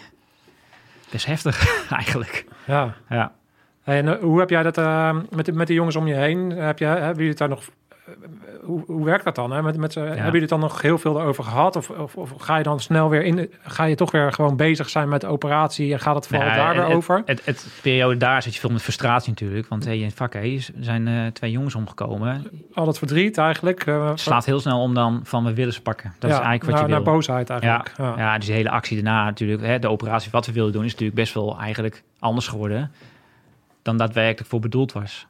Best heftig, eigenlijk. Ja. Ja. En uh, hoe heb jij dat uh, met, de, met de jongens om je heen? Heb jij, hebben jullie het daar nog... uh, hoe, hoe werkt dat dan? Hè? Met, met, uh, Hebben jullie het dan nog heel veel erover gehad? Of, of, of ga je dan snel weer in... De, ga je toch weer gewoon bezig zijn met de operatie... en gaat het vooral Ja, daar weer het, over? Het, het, het periode daar zit je veel met frustratie natuurlijk. Want hey, fuck, hey, er zijn uh, twee jongens omgekomen. Al dat verdriet eigenlijk. Uh, Het slaat heel snel om dan van we willen ze pakken. Dat ja, is eigenlijk wat naar, je wil. naar boosheid Ja, eigenlijk. Ja. ja, dus die hele actie daarna natuurlijk. Hè, de operatie wat we wilden doen is natuurlijk best wel eigenlijk anders geworden dan daadwerkelijk voor bedoeld was.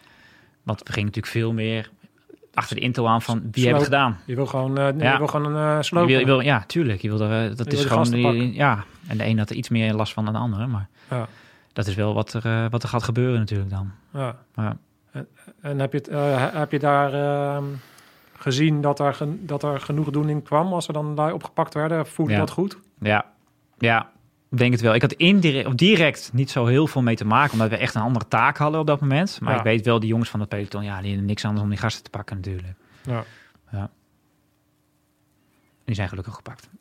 Want we gingen natuurlijk veel meer achter de intro aan van wie hebben het gedaan. Je wil gewoon, uh, Ja. je wil gewoon een uh, Je slopen. wil, je wil, ja, tuurlijk. Je wil er, uh, dat Je is wil de gewoon gasten die, pakken. ja. En de een had er iets meer last van dan de andere, maar Ja. dat is wel wat er, uh, wat er gaat gebeuren natuurlijk dan. Ja. Ja. En, en heb, je het, uh, heb je daar uh, gezien dat er, gen, dat er genoegdoening kwam als ze dan daar opgepakt werden? Voelde Ja. dat goed? Ja, ja, ik denk het wel. Ik had indirect of direct niet zo heel veel mee te maken, omdat we echt een andere taak hadden op dat moment. Maar Ja. ik weet wel, die jongens van het peloton, ja, die hebben niks anders om die gasten te pakken natuurlijk. Ja. Ja. Die zijn gelukkig gepakt.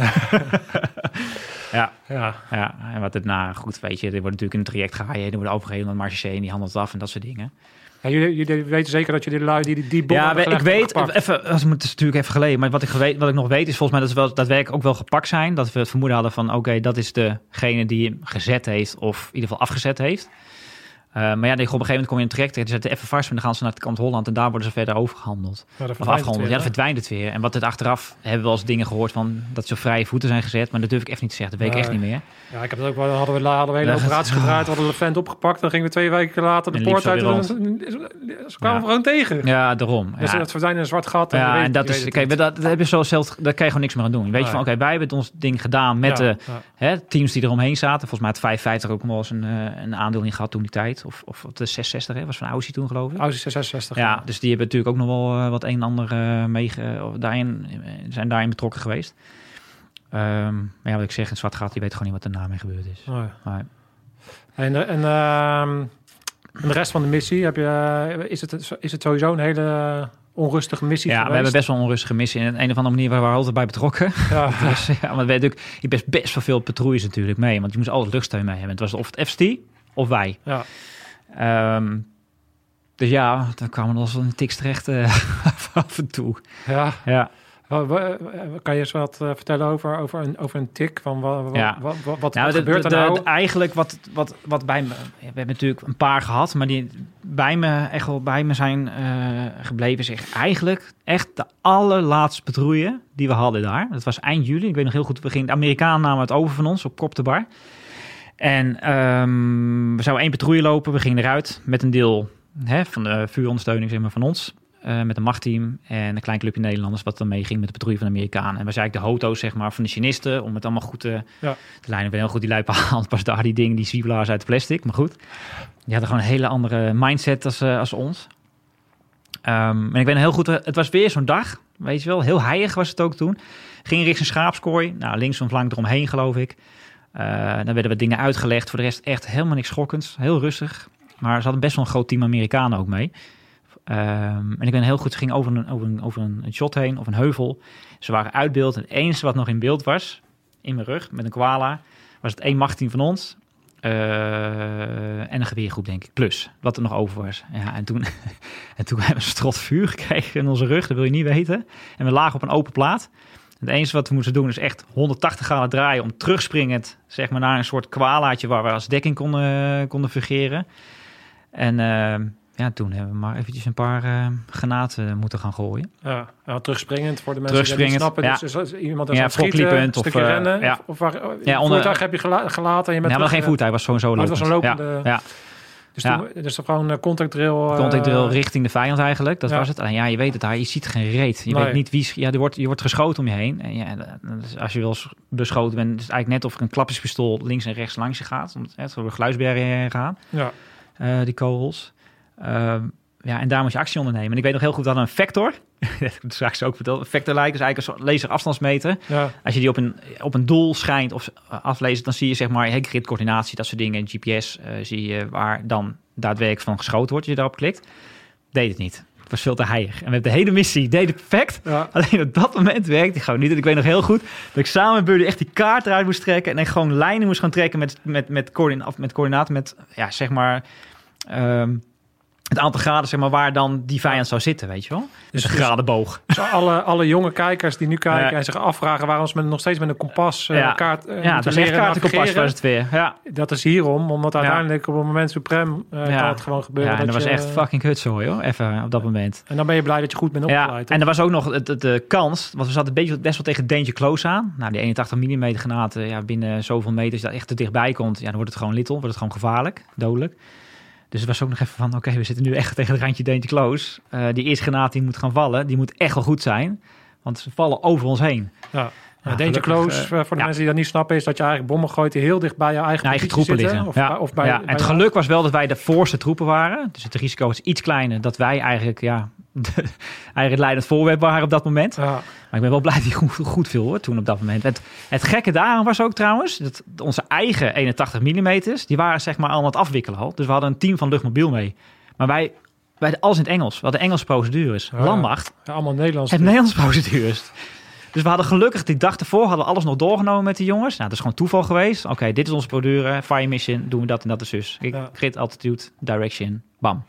ja, Ja. ja, en wat het na, goed, weet je, er wordt natuurlijk in een traject gehaaien, er wordt overgegeven aan de marché en die handelt het af en dat soort dingen. Ja, jullie, jullie weten zeker dat jullie de lui die die, die bom Ja, hebben we- ik gelegd weet, hebben gepakt? even, als- het is natuurlijk even geleden, maar wat ik, weet, wat ik nog weet is volgens mij dat ze wel daadwerkelijk ook wel gepakt zijn. Dat we het vermoeden hadden van, oké, okay, dat is degene die hem gezet heeft of in ieder geval afgezet heeft. Uh, maar ja, op een gegeven moment kom je in een traject, die zetten even vast en dan gaan ze naar het kant Holland en daar worden ze verder overgehandeld. Ja, dat Of verdwijnt afgehandeld. het Ja, weer, dan verdwijnt het weer. En wat het achteraf hebben we wel eens dingen gehoord van dat ze op vrije voeten zijn gezet, maar dat durf ik echt niet te zeggen. Dat weet ik echt Nee. niet meer. hè? Ja, ik heb het ook wel. Hadden we, hadden we een hele Ja, operatie het- gedraaid, hadden we de vent opgepakt, dan gingen we twee weken later de En liep poort zo uit. weer En, ze kwamen Ja. gewoon tegen. Ja, daarom. Dus Ja. dat verdwijnt in een zwart gat. En je Ja, weet- en dat je is, weet het kijk, niet. dat, dat heb je zo zelf, daar kan je gewoon niks meer aan doen. Je weet je Nee. van, oké, wij hebben ons ding gedaan met Ja, de ja. hè, teams die eromheen zaten. Volgens mij had vijfenvijftig ook nog wel eens een, uh, een aandeel in gehad toen die tijd. Of, of de zeshenzestig, hè, was van Aussie toen geloof ik. Aussie zesenzestig. Ja, dus die hebben natuurlijk ook nog wel uh, wat een en ander uh, mee, uh, daarin, zijn daarin betrokken geweest. Um, maar ja, wat ik zeg, een zwart gat, die weet gewoon niet wat er na mee gebeurd is. Nee. Maar, En, en, uh, en de rest van de missie, heb je, is, het, is het sowieso een hele onrustige missie ja, geweest? we hebben best wel een onrustige missie. En op een of andere manier waren we altijd bij betrokken. Ja. Dus, ja, maar we natuurlijk, je best best wel veel patrouilles natuurlijk mee. Want je moest altijd luchtsteun mee hebben. Het was of het F S T of wij. Ja. Um, dus ja, dan kwamen we nog wel een tiks terecht uh, af en toe. Ja. Ja. Kan je eens wat uh, vertellen over, over, een, over een tik? Van wat, wat, Ja. wat, wat, wat, Nou, wat de, gebeurt de, er nou? de, eigenlijk wat, wat, wat bij me... We hebben natuurlijk een paar gehad, maar die bij me echt wel bij me zijn uh, gebleven... is echt eigenlijk echt de allerlaatste patrouille die we hadden daar. Dat was eind juli. Ik weet nog heel goed, we gingen, de Amerikanen namen het over van ons op Kop de Bar. En um, we zouden één patrouille lopen. We gingen eruit met een deel hè, van de vuurondersteuning zeg maar, van ons... Uh, met een machtteam en een klein clubje Nederlanders... wat dan meeging met de patrouille van de Amerikanen. En we zijn eigenlijk de hoto's zeg maar, van de Chinisten... om het allemaal goed te, Ja. te lijnen. Ik ben heel goed die lijpe hand pas daar die dingen, die zwiebelaars uit plastic. Maar goed, die hadden gewoon een hele andere mindset als, uh, als ons. Um, en ik weet heel goed, het was weer zo'n dag, weet je wel. Heel heilig was het ook toen. Ging richting Schaapskooi. Nou, links en flank eromheen, geloof ik. Uh, dan werden we dingen uitgelegd. Voor de rest echt helemaal niks schokkends. Heel rustig. Maar ze hadden best wel een groot team Amerikanen ook mee. Um, en ik ben heel goed, ze ging over een, over, een, over een shot heen, of een heuvel. Ze waren uit beeld. En het enige wat nog in beeld was, in mijn rug, met een koala, was het één machtteam van ons. Uh, en een geweergroep, denk ik, plus. Wat er nog over was. Ja, en toen, en toen hebben we een strot vuur gekregen in onze rug, dat wil je niet weten. En we lagen op een open plaat. Het enige wat we moesten doen is echt honderdtachtig graden draaien om terugspringend, zeg maar, naar een soort koalaatje waar we als dekking konden, konden fungeren. En uh, ja, toen hebben we maar eventjes een paar uh, granaten moeten gaan gooien. Ja, ja, terugspringend voor de mensen die het niet snappen. Ja. Dus als iemand is ja, aan het schieten, een of, stukje uh, rennen. Ja. Of, of waar, ja, onder, voertuig heb je gela- gelaten. En je bent ja, maar geen voertuig, was sowieso lopend. Oh, het was een lopende... Ja, ja. Dus, ja. toen, dus gewoon uh, contact drill. Uh, contact drill richting de vijand eigenlijk. Dat ja. was het. Alleen ja, je weet het daar. Je ziet geen reet. Je nee. weet niet wie... Ja, er wordt, je wordt geschoten om je heen. En ja, dus als je wel eens beschoten bent, is het eigenlijk net of er een klapperspistool links en rechts langs je gaat. Om het door de geluidsbergen heen gaan. Ja. Uh, die kogels. Uh, ja, en daar moet je actie ondernemen. En ik weet nog heel goed dat een Vector... dat heb ik straks ook verteld. Een Vector lijkt dus eigenlijk een soort laserafstandsmeter. Ja. Als je die op een, op een doel schijnt of afleest, dan zie je zeg maar hey, gridcoördinatie, dat soort dingen. G P S uh, zie je waar dan daadwerkelijk van geschoten wordt. Als je daarop klikt. Deed het niet. Het was veel te heilig. En we hebben de hele missie, deed het perfect. Ja. Alleen op dat moment werkte het gewoon niet. En ik weet nog heel goed dat ik samen met Buddy echt die kaart eruit moest trekken. En ik gewoon lijnen moest gaan trekken met, met, met, coördina- met coördinaten. Met, ja, zeg maar... Um, het aantal graden, zeg maar, waar dan die vijand zou zitten, weet je wel? Dus een gradenboog. Dus alle, alle jonge kijkers die nu kijken ja. en zich afvragen waarom ze met, nog steeds met een kompas uh, ja. kaart uh, ja, het leren kaartenkompas was het weer. Ja. Dat is hierom, omdat uiteindelijk ja. op het moment suprem uh, ja. kan het gewoon gebeuren. Ja, en dat, dat je, was echt fucking kutzooi, hoor. Even op dat moment. En dan ben je blij dat je goed bent opgeleid. Ja. En er was ook nog de, de, de kans, want we zaten een beetje, best wel tegen danger close aan. Nou, die eenentachtig millimeter granaten, ja, binnen zoveel meters, dat echt te dichtbij komt, ja, dan wordt het gewoon little, wordt het gewoon gevaarlijk, dodelijk. Dus het was ook nog even van, oké, okay, we zitten nu echt tegen het randje danger close. Uh, die eerste granaat die moet gaan vallen, die moet echt wel goed zijn. Want ze vallen over ons heen. Ja, ja danger close, uh, voor de ja. mensen die dat niet snappen, is dat je eigenlijk bommen gooit die heel dicht bij je eigen, eigen troepen zitten, liggen. Of, ja. of bij, ja. bij en het geluk was wel dat wij de voorste troepen waren. Dus het risico was iets kleiner dat wij eigenlijk, ja, eigenlijk het leidend voorwerp waren op dat moment. Ja. Maar ik ben wel blij dat hij goed, goed viel, hoor, toen op dat moment. Het, het gekke daaraan was ook trouwens, dat onze eigen eenentachtig millimeter, die waren zeg maar al aan het afwikkelen al. Dus we hadden een team van luchtmobiel mee. Maar wij, wij hadden alles in het Engels. We hadden Engelse procedures. Ja, Landmacht. Ja, allemaal Nederlands. Het Nederlandse procedures. Dus we hadden gelukkig, die dag ervoor hadden we alles nog doorgenomen met die jongens. Nou, dat is gewoon toeval geweest. Oké, okay, dit is onze procedure, fire mission, doen we dat en dat is dus. Ja. Grid, altitude, direction, bam.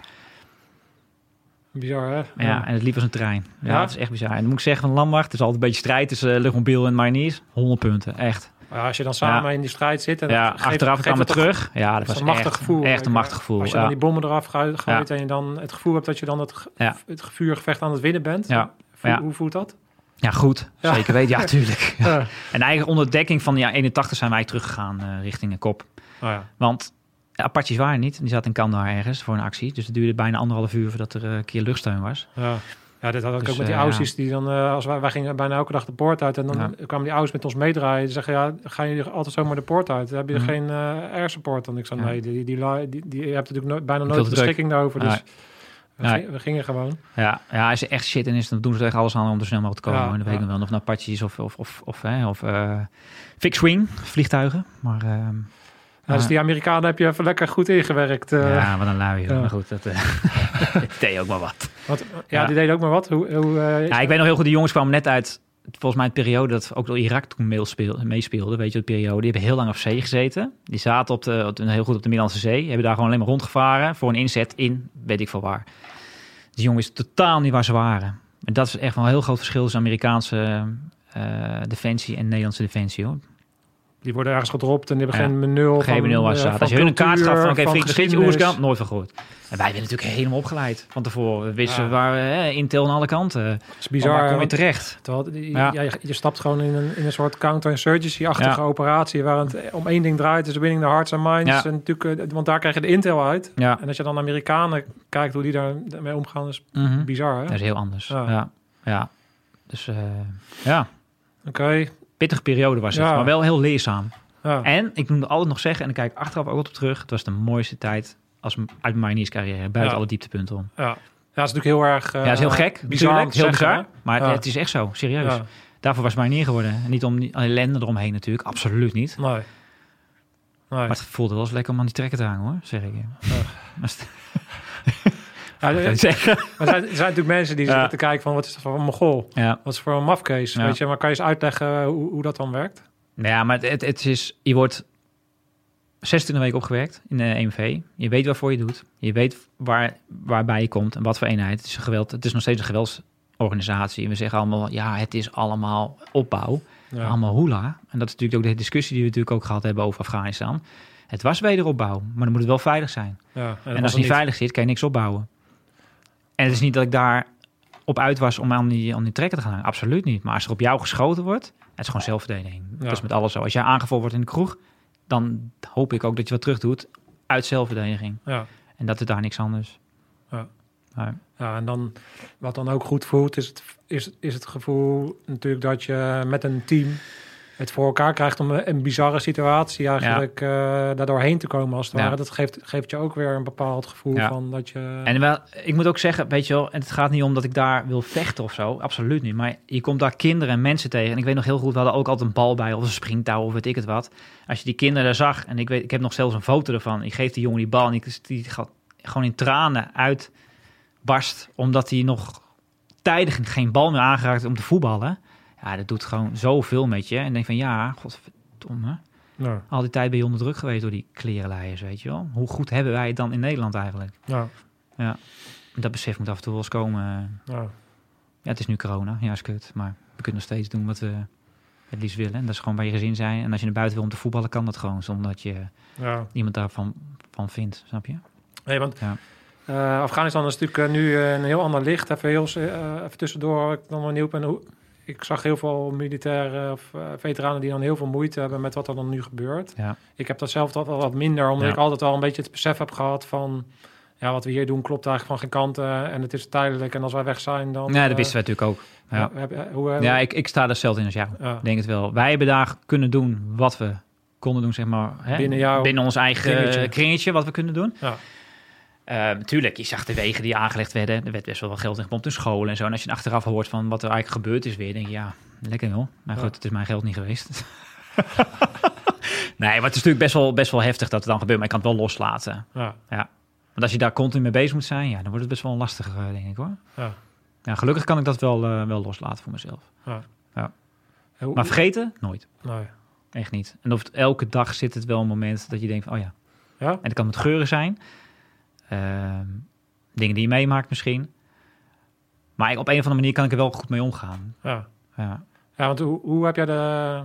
Bizar, hè? Ja. ja, en het liep als een trein. Ja, ja, dat is echt bizar. En dan moet ik zeggen, van Landmacht, het is altijd een beetje strijd tussen uh, luchtmobiel en mariniers. honderd punten, echt. Ja, als je dan samen ja. in die strijd zit en ja, geeft, achteraf geeft kwamen we terug. Toch, ja, dat was een machtig echt, gevoel. Echt een machtig gevoel. Als je ja. dan die bommen eraf gooit ja. en je dan het gevoel hebt dat je dan het, ja. het vuurgevecht aan het winnen bent. Ja. Voel, ja. Hoe voelt dat? Ja, goed. Ja. Zeker weten. Ja, tuurlijk. Ja. Ja. En eigenlijk onder dekking van de ja, eenentachtig zijn wij teruggegaan uh, richting een kop. Oh ja. Want ja, Apaches waren niet. Die zaten in Kandahar ergens voor een actie. Dus het duurde bijna anderhalf uur voordat er uh, een keer luchtsteun was. Ja. Ja, dit had ik dus, ook met die uh, Aussies ja. die dan, uh, als wij, wij gingen bijna elke dag de poort uit en dan ja. kwamen die Aussies met ons meedraaien. Die zeggen, ja, gaan jullie altijd zomaar de poort uit? Dan heb je mm. geen uh, air support? Dan ik zei, ja. nee, die, die, die, die, die, je hebt natuurlijk no- bijna nooit beschikking daarover. Dus nee. we, nee. ging, we gingen gewoon. Ja, ja, als er echt shit in is, dan doen ze echt alles aan om er snel mogelijk te komen. Ja, en dan weet ik ja. wel, of naar Apaches of, of, of, of, hè, of uh, fixed-wing vliegtuigen. Maar... Uh, Ja, dus die Amerikanen heb je even lekker goed ingewerkt. Uh, ja, wat een lui. Ja. Maar goed, dat uh, deed ook maar wat. wat ja, ja, die deden ook maar wat. Hoe, hoe, uh, ja, ik weet nog heel goed, die jongens kwamen net uit, volgens mij een periode dat ook door Irak toen meespeelde. Weet je, de periode. Die hebben heel lang op zee gezeten. Die zaten op de, op de, heel goed op de Middellandse Zee. Hebben daar gewoon alleen maar rondgevaren voor een inzet in, weet ik veel waar. Die jongens wisten totaal niet waar ze waren. En dat is echt wel een heel groot verschil tussen Amerikaanse uh, defensie en Nederlandse defensie, hoor. Die worden ergens gedropt en die hebben ja. geen menu geen menu waar ze zaten. Als je hun een kaart gaf van, oké, okay, vlieg de Oerskant, nooit van gehoord. En wij werden natuurlijk helemaal opgeleid van tevoren. We wisten ja. waar hè, Intel aan alle kanten. Dat is bizar. Waar kom je terecht? Terwijl, die, ja. Ja, je, je stapt gewoon in een, in een soort counterinsurgency-achtige ja. operatie, waar het om één ding draait, is winning the hearts and minds. Ja. En natuurlijk, want daar krijg je de Intel uit. Ja. En als je dan Amerikanen kijkt hoe die daarmee omgaan, is mm-hmm. bizar. Hè? Dat is heel anders. Ja, ja. ja. Dus uh, ja. Oké. Okay. Pittige periode was het, ja. maar wel heel leerzaam. Ja. En ik moet altijd nog zeggen, en ik kijk achteraf ook op terug, het was de mooiste tijd als uit mijn marinierscarrière, buiten ja. alle dieptepunten om. Ja. ja, dat is natuurlijk heel erg... Uh, ja, dat is heel gek, bizar, heel zeggen, bizar, maar ja. het is echt zo, serieus. Ja. Daarvoor was marinier geworden. Niet om ellende eromheen natuurlijk, absoluut niet. Nee. nee. Maar het voelde wel eens lekker om aan die trekken te hangen, hoor, zeg ik je. Ja. Ja, er zijn, er zijn natuurlijk mensen die ja. zitten te kijken van, wat is dat voor een Mongool? Ja. Wat is voor een mafkees? Ja. Weet je, maar kan je eens uitleggen hoe, hoe dat dan werkt? Ja, maar het, het is, je wordt zesentwintig weken opgewerkt in de E M V. Je weet waarvoor je doet. Je weet waar, waarbij je komt en wat voor eenheid. Het is, een geweld, het is nog steeds een geweldsorganisatie. En we zeggen allemaal, ja, het is allemaal opbouw. Ja. Allemaal hoela. En dat is natuurlijk ook de discussie die we natuurlijk ook gehad hebben over Afghanistan. Het was wederopbouw, maar dan moet het wel veilig zijn. Ja, en, en als het niet veilig zit, kan je niks opbouwen. En het is niet dat ik daar op uit was om aan die, aan die trekker te gaan hangen. Absoluut niet. Maar als er op jou geschoten wordt, het is gewoon zelfverdediging. Ja. Dat is met alles zo. Als jij aangevallen wordt in de kroeg, dan hoop ik ook dat je wat terug doet uit zelfverdediging. Ja. En dat is daar niks anders. Ja. Maar, ja, en dan wat dan ook goed voelt, is het, is, is het gevoel natuurlijk dat je met een team het voor elkaar krijgt om een, een bizarre situatie eigenlijk ja. uh, daardoor heen te komen als het ware. Ja. Dat geeft, geeft je ook weer een bepaald gevoel ja. van dat je... En wel, ik moet ook zeggen, weet je wel, en het gaat niet om dat ik daar wil vechten of zo, absoluut niet. Maar je komt daar kinderen en mensen tegen. En ik weet nog heel goed, we hadden ook altijd een bal bij of een springtouw of weet ik het wat. Als je die kinderen daar zag, en ik weet, ik heb nog zelfs een foto ervan. Ik geef die jongen die bal en die, die gaat gewoon in tranen uitbarst, omdat hij nog tijdig geen bal meer aangeraakt om te voetballen. Ja, dat doet gewoon zoveel met je. En denk van, ja, godverdomme. Ja. Al die tijd ben je onder druk geweest door die klerenleiers, weet je wel. Hoe goed hebben wij het dan in Nederland eigenlijk? Ja. Ja. Dat besef moet af en toe wel eens komen. Ja. Ja, het is nu corona. Ja, is kut. Maar we kunnen nog steeds doen wat we het liefst willen. En dat is gewoon bij je gezin zijn. En als je naar buiten wil om te voetballen, kan dat gewoon. Zonder dat je ja. iemand daarvan van vindt, snap je? Nee, want ja. uh, Afghanistan is natuurlijk uh, nu uh, een heel ander licht. Even, heel, uh, even tussendoor, ik dan wel benieuwd ben hoe... Ik zag heel veel militairen of uh, veteranen die dan heel veel moeite hebben met wat er dan nu gebeurt. Ja. Ik heb dat zelf wel wat minder, omdat ja. ik altijd wel een beetje het besef heb gehad van... ja, wat we hier doen klopt eigenlijk van geen kanten en het is tijdelijk. En als wij weg zijn, dan... Ja, dat uh, wisten we natuurlijk ook. Ja, uh, heb, hoe, uh, ja ik, ik sta er zelf in als jou. Ja. Denk het wel. Wij hebben daar kunnen doen wat we konden doen, zeg maar. Hè? Binnen, jou, binnen ons eigen kringetje. kringetje, wat we kunnen doen. Ja. Natuurlijk, uh, je zag de wegen die aangelegd werden. Er werd best wel wat geld in gepompt in scholen en zo. En als je achteraf hoort van wat er eigenlijk gebeurd is weer, denk je, ja, lekker joh. Maar goed, ja. het is mijn geld niet geweest. Nee, maar het is natuurlijk best wel, best wel heftig dat het dan gebeurt. Maar je kan het wel loslaten. Ja. ja. Want als je daar continu mee bezig moet zijn, ja, dan wordt het best wel lastig, uh, denk ik hoor. Ja. Ja, gelukkig kan ik dat wel, uh, wel loslaten voor mezelf. Ja. Ja. Maar vergeten? Nooit. Nee. Echt niet. En of het, elke dag zit het wel een moment dat je denkt van, oh ja. Ja? En het kan met geuren zijn. Uh, dingen die je meemaakt misschien. Maar ik, op een of andere manier kan ik er wel goed mee omgaan. Ja, ja. ja want hoe, hoe heb jij de...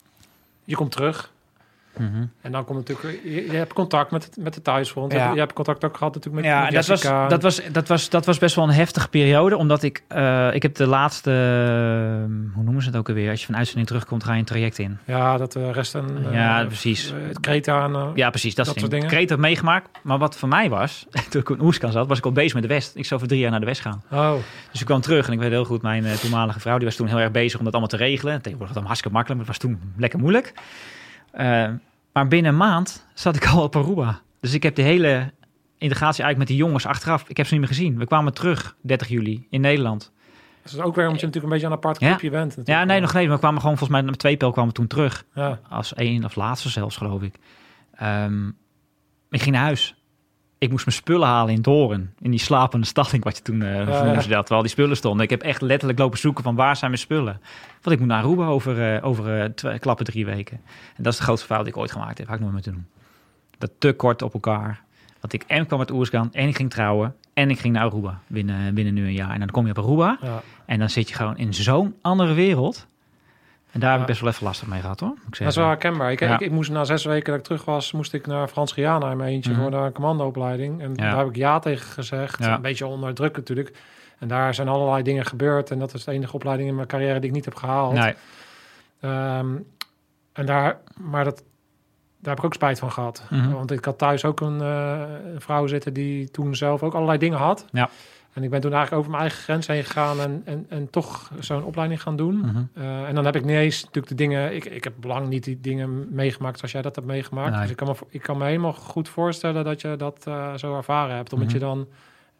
Je komt terug. Mm-hmm. En dan komt natuurlijk... Je, je hebt contact met, met de thuisfront. Ja. Je hebt contact ook gehad natuurlijk met, ja, met dat was, dat, was, dat, was, dat was best wel een heftige periode. Omdat ik... Uh, ik heb de laatste... Uh, hoe noemen ze het ook alweer? Als je van uitzending terugkomt, ga je een traject in. Ja, dat uh, rest een... Uh, ja, precies. Uh, het Kreta en... Uh, ja, precies. Dat, dat soort dingen. Kreta heb meegemaakt. Maar wat voor mij was... toen ik in Oerskan zat, was ik al bezig met de West. Ik zou voor drie jaar naar de West gaan. Oh. Dus ik kwam terug en ik weet heel goed... Mijn uh, toenmalige vrouw, die was toen heel erg bezig om dat allemaal te regelen. Tegenwoordig was het hartstikke makkelijk. Maar het was toen lekker moeilijk. Uh, Maar binnen een maand zat ik al op Aruba. Dus ik heb de hele integratie eigenlijk met die jongens achteraf... Ik heb ze niet meer gezien. We kwamen terug dertig juli in Nederland. Dat is ook weer omdat je natuurlijk een beetje aan een apart groepje ja. bent. Natuurlijk. Ja, nee, nog niet. We kwamen gewoon volgens mij met twee pijl kwamen we toen terug. Ja. Als één of laatste zelfs, geloof ik. Um, ik ging naar huis. Ik moest mijn spullen halen in Doorn. In die slapende stalling wat je toen uh, ja, ja. dat, terwijl die spullen stonden. Ik heb echt letterlijk lopen zoeken van waar zijn mijn spullen. Want ik moet naar Aruba over, uh, over uh, twee, klappen drie weken. En dat is de grootste fout die ik ooit gemaakt heb. Had ik nooit moeten doen. Dat te kort op elkaar. Want ik en kwam uit Oerskan en ik ging trouwen. En ik ging naar Aruba binnen, binnen nu een jaar. En dan kom je op Aruba. Ja. En dan zit je gewoon in zo'n andere wereld. En daar ja. heb ik best wel even lastig mee gehad hoor. Moet ik dat is wel herkenbaar. Ik, ja. ik, ik moest na zes weken dat ik terug was, moest ik naar Frans-Guyana in mijn eentje mm-hmm. voor de commandoopleiding. En ja. daar heb ik ja tegen gezegd. Ja. Een beetje onder druk natuurlijk. En daar zijn allerlei dingen gebeurd. En dat is de enige opleiding in mijn carrière die ik niet heb gehaald. Nee. Um, en daar, maar dat, daar heb ik ook spijt van gehad. Mm-hmm. Want ik had thuis ook een, uh, een vrouw zitten die toen zelf ook allerlei dingen had. Ja. En ik ben toen eigenlijk over mijn eigen grens heen gegaan en, en, en toch zo'n opleiding gaan doen. Mm-hmm. Uh, en dan heb ik niet eens natuurlijk de dingen... Ik, ik heb lang niet die dingen meegemaakt zoals jij dat hebt meegemaakt. Nee. Dus ik kan, me, ik kan me helemaal goed voorstellen dat je dat uh, zo ervaren hebt. Omdat mm-hmm. je dan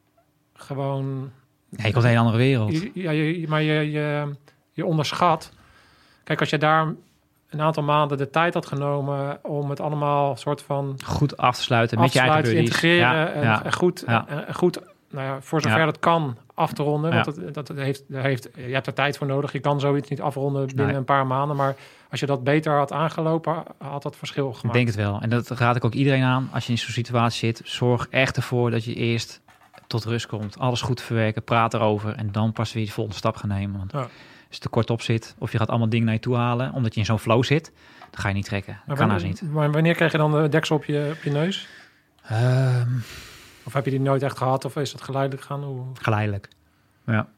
gewoon... Ja, je komt in een andere wereld. Je, ja, je, maar je, je, je onderschat... Kijk, als je daar een aantal maanden de tijd had genomen om het allemaal soort van... Goed af te sluiten met je eigen buddies. integreren ja, en, ja, en goed... Ja. En, en goed nou ja, voor zover ja. dat kan af te ronden. Ja. Want dat, dat, dat heeft, dat heeft, je hebt er tijd voor nodig. Je kan zoiets niet afronden binnen nee. een paar maanden. Maar als je dat beter had aangelopen, had dat verschil gemaakt. Ik denk het wel. En dat raad ik ook iedereen aan. Als je in zo'n situatie zit, zorg echt ervoor dat je eerst tot rust komt. Alles goed verwerken, praat erover. En dan pas weer de volgende stap gaan nemen. Want ja. als je te kort op zit, of je gaat allemaal dingen naar je toe halen, omdat je in zo'n flow zit, dan ga je niet trekken. Dat kan haast niet. Maar wanneer krijg je dan de deksel op je, op je neus? Um, Of heb je die nooit echt gehad? Of is dat geleidelijk gaan? Hoe... Geleidelijk, ja.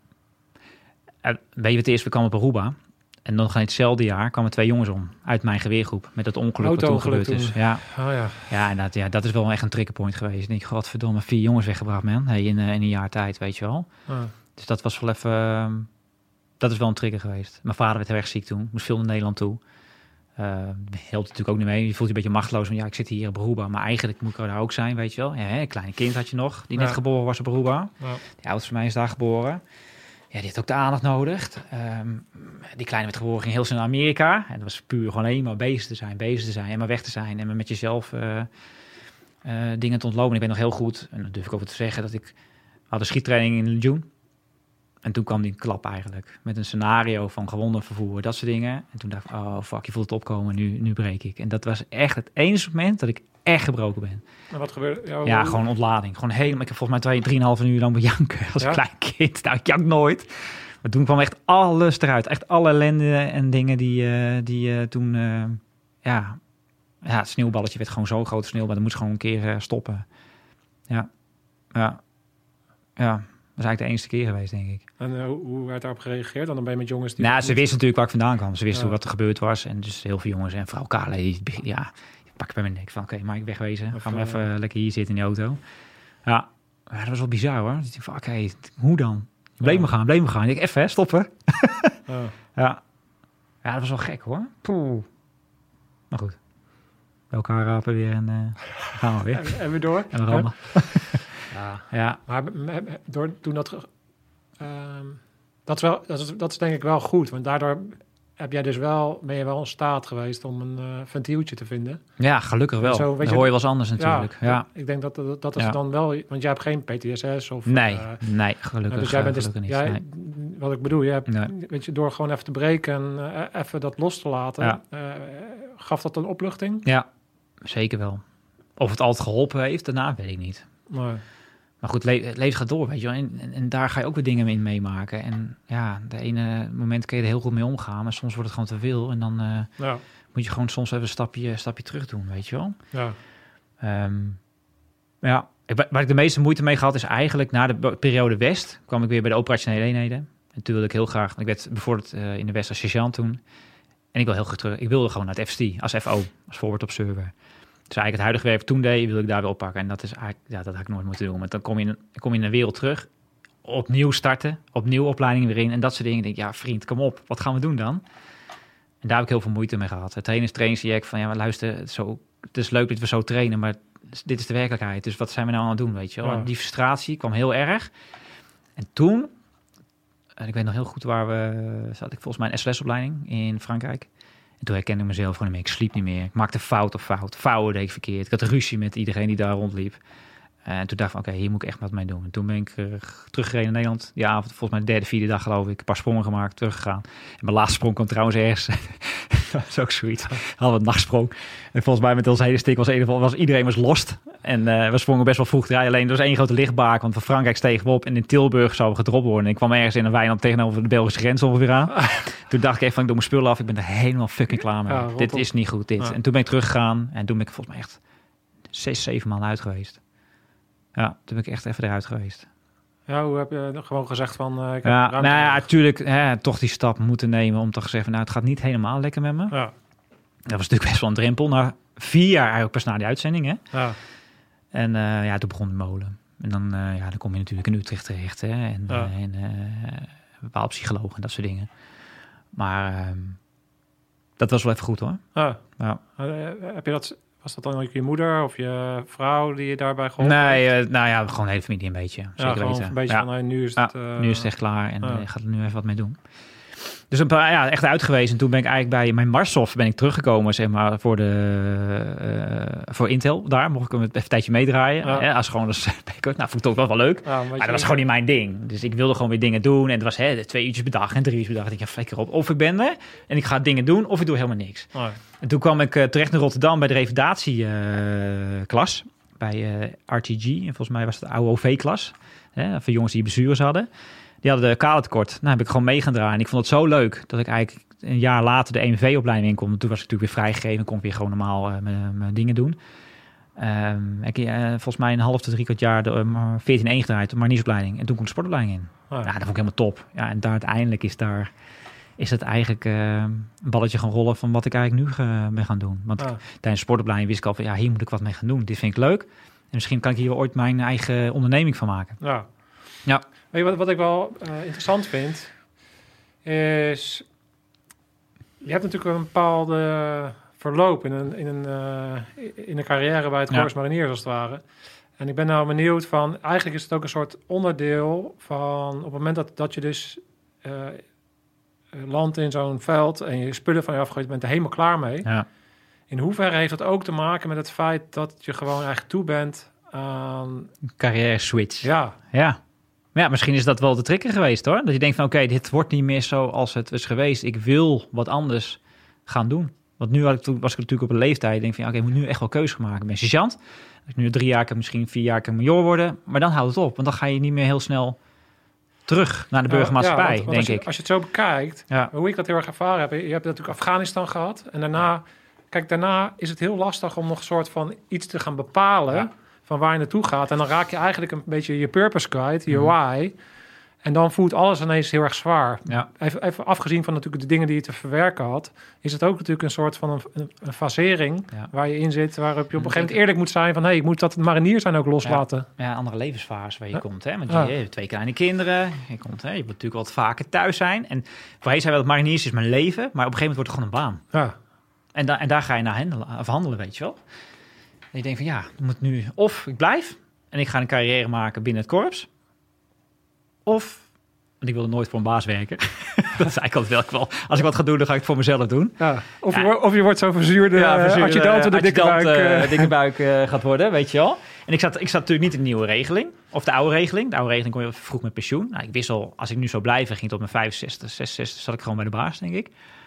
En weet je wat het is? We kwamen op Aruba. En dan in hetzelfde jaar kwamen twee jongens om. Uit mijn geweergroep. Met dat ongeluk wat toen gebeurd is. Ja, oh, ja. ja, en dat, ja, dat is wel echt een triggerpoint geweest. Ik denk, godverdomme, vier jongens weggebracht, man. Hey, in, uh, in een jaar tijd, weet je wel. Oh. Dus dat was wel even... Uh, dat is wel een trigger geweest. Mijn vader werd heel erg ziek toen. Moest veel naar Nederland toe. Uh, helpt natuurlijk ook niet mee. Je voelt je een beetje machteloos. Van ja, ik zit hier op Aruba. Maar eigenlijk moet ik daar ook zijn, weet je wel. Ja, hè, een kleine kind had je nog. Die ja. net geboren was op Aruba. Ja. Die oudste van mij is daar geboren. Ja, die had ook de aandacht nodig. Um, die kleine werd geboren, ging heel snel naar Amerika. En dat was puur gewoon alleen maar bezig te zijn, bezig te zijn. En maar weg te zijn. En maar met jezelf uh, uh, dingen te ontlopen. Ik weet nog heel goed, en dat durf ik over te zeggen, dat ik had een schiettraining in June. En toen kwam die klap eigenlijk. Met een scenario van gewonden vervoer, dat soort dingen. En toen dacht ik, oh fuck, je voelt het opkomen, nu, nu breek ik. En dat was echt het enige moment dat ik echt gebroken ben. En wat gebeurde? Ja, ja, gewoon ontlading. Gewoon helemaal, ik heb volgens mij twee, drieënhalf uur lang bejanken als ja? een klein kind. Nou, ik jank nooit. Maar toen kwam echt alles eruit. Echt alle ellende en dingen die, uh, die uh, toen... Uh, ja, ja, het sneeuwballetje werd gewoon zo'n groot sneeuwbal. Dat moest gewoon een keer uh, stoppen. Ja, ja, ja. Dat is eigenlijk de enige keer geweest, denk ik. En uh, hoe werd daarop gereageerd? Dan ben je met jongens die... Nou, ze wisten natuurlijk waar ik vandaan kwam. Ze wisten ja. wat er gebeurd was. En dus heel veel jongens en vrouw Kale, die ja, pak ik bij mijn nek van, oké, okay, mag ik wegwezen? Of, Gaan we uh, even uh, lekker hier zitten in de auto. Ja, ja dat was wel bizar, hoor. Dus ik dacht van, oké, okay, hoe dan? Bleef ja. me gaan, bleef me gaan. Ik dacht, even, hè, stoppen. ja. ja. Ja, dat was wel gek, hoor. Poeh. Maar goed. Bij elkaar rapen weer en uh, gaan we weer. en, en weer door. En we rammen. Ja, ja. Maar door, toen dat... Uh, dat, is wel, dat, is, dat is denk ik wel goed. Want daardoor heb jij dus wel, ben je wel in staat geweest om een uh, ventieltje te vinden. Ja, gelukkig wel. Zo, weet dat je, hoor je wel eens anders natuurlijk. Ja, ja. Ik denk dat dat, dat is ja. dan wel... Want jij hebt geen P T S S of... Nee, uh, nee, gelukkig, dus jij bent dus, gelukkig jij, niet. Nee. Wat ik bedoel, je hebt, nee. weet je, door gewoon even te breken en uh, even dat los te laten... Ja. Uh, gaf dat een opluchting? Ja, zeker wel. Of het altijd geholpen heeft, daarna weet ik niet. Nee. Maar goed, le- het leven gaat door, weet je wel. En, en, en daar ga je ook weer dingen in meemaken. En ja, de ene moment kun je er heel goed mee omgaan, maar soms wordt het gewoon te veel. En dan uh, ja. moet je gewoon soms even een stapje, stapje terug doen, weet je wel. Ja. Um, ja, ik, waar ik de meeste moeite mee gehad is eigenlijk na de periode West kwam ik weer bij de operationele eenheden. En toen wilde ik heel graag, ik werd bevorderd uh, in de West als sergeant toen. En ik wil heel graag terug. Ik wilde gewoon naar het F S T als F O, als forward observer. Dus eigenlijk het huidige werk toen deed, wil ik daar weer oppakken. En dat is eigenlijk, ja, dat had ik nooit moeten doen. Want dan kom je in, kom je in de wereld terug, opnieuw starten, opnieuw opleidingen weer in en dat soort dingen. Ik denk, ja vriend, kom op, wat gaan we doen dan? En daar heb ik heel veel moeite mee gehad. Het trainers, trainingstraject van, ja, maar luister, het is, zo, het is leuk dat we zo trainen, maar dit is de werkelijkheid. Dus wat zijn we nou aan het doen, weet je wel? Ja. Die frustratie kwam heel erg. En toen, en ik weet nog heel goed waar we, zat ik volgens mij een S L S-opleiding in Frankrijk. En toen herkende ik mezelf gewoon niet meer. Ik sliep niet meer. Ik maakte fout op fout. Vouwen deed ik verkeerd. Ik had ruzie met iedereen die daar rondliep. En toen dacht ik van, oké, okay, hier moet ik echt wat mee doen. En toen ben ik uh, teruggereden naar Nederland. Die avond, volgens mij de derde, vierde dag geloof ik. Een paar sprongen gemaakt, teruggegaan. En mijn laatste sprong kwam trouwens ergens. Dat is ook zoiets. Hadden we een nachtsprong. En volgens mij met ons hele stik was, in ieder geval, was iedereen was lost. En uh, we sprongen best wel vroeg te rijden. Alleen er was één grote lichtbaak. Want van Frankrijk stegen we op. En in Tilburg zouden we gedropt worden. En ik kwam ergens in een weiland tegenover de Belgische grens ongeveer aan. Toen dacht ik even van, ik doe mijn spullen af. Ik ben er helemaal fucking klaar mee. Ja, dit is niet goed, dit. Ja. En toen ben ik teruggegaan. En toen ben ik volgens mij echt zes, zeven maanden uit geweest. Ja, toen ben ik echt even eruit geweest. Ja, hoe heb je gewoon gezegd van... Uh, ik heb ja, nou ja, natuurlijk hè, toch die stap moeten nemen om toch te zeggen... nou, het gaat niet helemaal lekker met me. Ja. Dat was natuurlijk best wel een drempel. Na vier jaar eigenlijk pas na die uitzending, hè. Ja. En uh, ja, toen begon de molen. En dan, uh, ja, dan kom je natuurlijk in Utrecht terecht, hè. En, ja. uh, en uh, bepaalde psychologen en dat soort dingen. Maar uh, dat was wel even goed, hoor. Ja. Ja. Uh, heb je dat... Was dat dan ook je moeder of je vrouw die je daarbij geholpen Nee, uh, nou ja, gewoon de hele familie een beetje. Ja, zeker gewoon weten. een beetje ja. van, nu is het... Ja, uh, nu is het echt klaar en ja. uh, gaat er nu even wat mee doen. Dus een paar, ja, echt uit geweest. En toen ben ik eigenlijk bij mijn Marssoft ben ik teruggekomen, zeg maar, voor de uh, voor Intel. Daar mocht ik hem even een tijdje meedraaien. Ja. Ja, als gewoon als, nou, vond ik het ook wel wel leuk. Ja, maar dat was gewoon niet mijn ding. Dus ik wilde gewoon weer dingen doen. En het was hè, twee uurtjes per dag en drie uurtjes per dag. Ik dacht, ja, flikker op. Of ik ben er en ik ga dingen doen, of ik doe helemaal niks. Oh. En toen kwam ik uh, terecht in Rotterdam bij de revalidatieklas. Uh, bij uh, R T G. En volgens mij was het de oude O V-klas. Hè, voor jongens die blessures hadden. Die hadden de kale tekort. Nou, heb ik gewoon mee gaan draaien. En ik vond het zo leuk dat ik eigenlijk een jaar later de E M V-opleiding in kon. Toen was ik natuurlijk weer vrijgegeven. Kon ik weer gewoon normaal uh, mijn dingen doen. Um, ik heb uh, volgens mij een half tot drie kwart jaar de uh, veertien één gedraaid, de mariniersopleiding. En toen kon ik de sportopleiding in. Oh. Ja, dat vond ik helemaal top. Ja, en daar uiteindelijk is daar is het eigenlijk uh, een balletje gaan rollen van wat ik eigenlijk nu uh, ben gaan doen. Want oh. ik, tijdens de sportopleiding wist ik al van, ja, hier moet ik wat mee gaan doen. Dit vind ik leuk. En misschien kan ik hier ooit mijn eigen onderneming van maken. Ja. Ja. Weet je wat, wat ik wel uh, interessant vind? Is, je hebt natuurlijk een bepaalde verloop in een, in een, uh, in een carrière bij het Corps ja. Mariniers als het ware. En ik ben nou benieuwd van, eigenlijk is het ook een soort onderdeel van, op het moment dat, dat je dus uh, landt in zo'n veld en je spullen van je afgooit, je bent er helemaal klaar mee. Ja. In hoeverre heeft dat ook te maken met het feit dat je gewoon eigenlijk toe bent aan... carrière switch. Ja. Ja. Ja, misschien is dat wel de trigger geweest, hoor. Dat je denkt van, oké, okay, dit wordt niet meer zo als het is geweest. Ik wil wat anders gaan doen. Want nu was ik, was ik natuurlijk op een leeftijd. Ik denk van, ja, oké, okay, ik moet nu echt wel keuze gaan maken. Ik ben sergeant. Als ik nu drie jaar kan, misschien vier jaar kan major worden. Maar dan houdt het op. Want dan ga je niet meer heel snel terug naar de burgermaatschappij, ja, want, want denk als je, ik. Als je het zo bekijkt, ja. hoe ik dat heel erg ervaren heb. Je hebt natuurlijk Afghanistan gehad. En daarna, kijk, daarna is het heel lastig om nog een soort van iets te gaan bepalen... Ja. van waar je naartoe gaat. En dan raak je eigenlijk een beetje je purpose kwijt, je mm. why. En dan voelt alles ineens heel erg zwaar. Ja. Even, even afgezien van natuurlijk de dingen die je te verwerken had... is het ook natuurlijk een soort van een, een, een fasering ja. waar je in zit... waarop je op een gegeven moment eerlijk moet zijn van... hé, hey, ik moet dat marinier zijn ook loslaten. Ja, ja andere levensfase waar je ja. komt. Hè? Want je, ja. je hebt twee kleine kinderen. Je, komt, hè? je moet natuurlijk wat vaker thuis zijn. En voorheen zei wel, dat mariniers is mijn leven... maar op een gegeven moment wordt het gewoon een baan. Ja. En, da- en daar ga je naar handelen, of handelen, weet je wel. En je denkt van ja, ik moet nu of ik blijf en ik ga een carrière maken binnen het korps. Of, want ik wilde nooit voor een baas werken. Dat is eigenlijk altijd wel, als ik wat ga doen, dan ga ik het voor mezelf doen. Ja, of, ja. je, of je wordt zo verzuurde, ja, verzuurde adjudant uh, de dikke buik. Uh, dikke buik uh, gaat worden, weet je wel. En ik zat, ik zat natuurlijk niet in de nieuwe regeling, of de oude regeling. De oude regeling kon je vroeg met pensioen. Nou, ik wist al, als ik nu zou blijven, ging tot mijn vijfenzestig, zesenzestig, zat ik gewoon bij de baas, denk ik.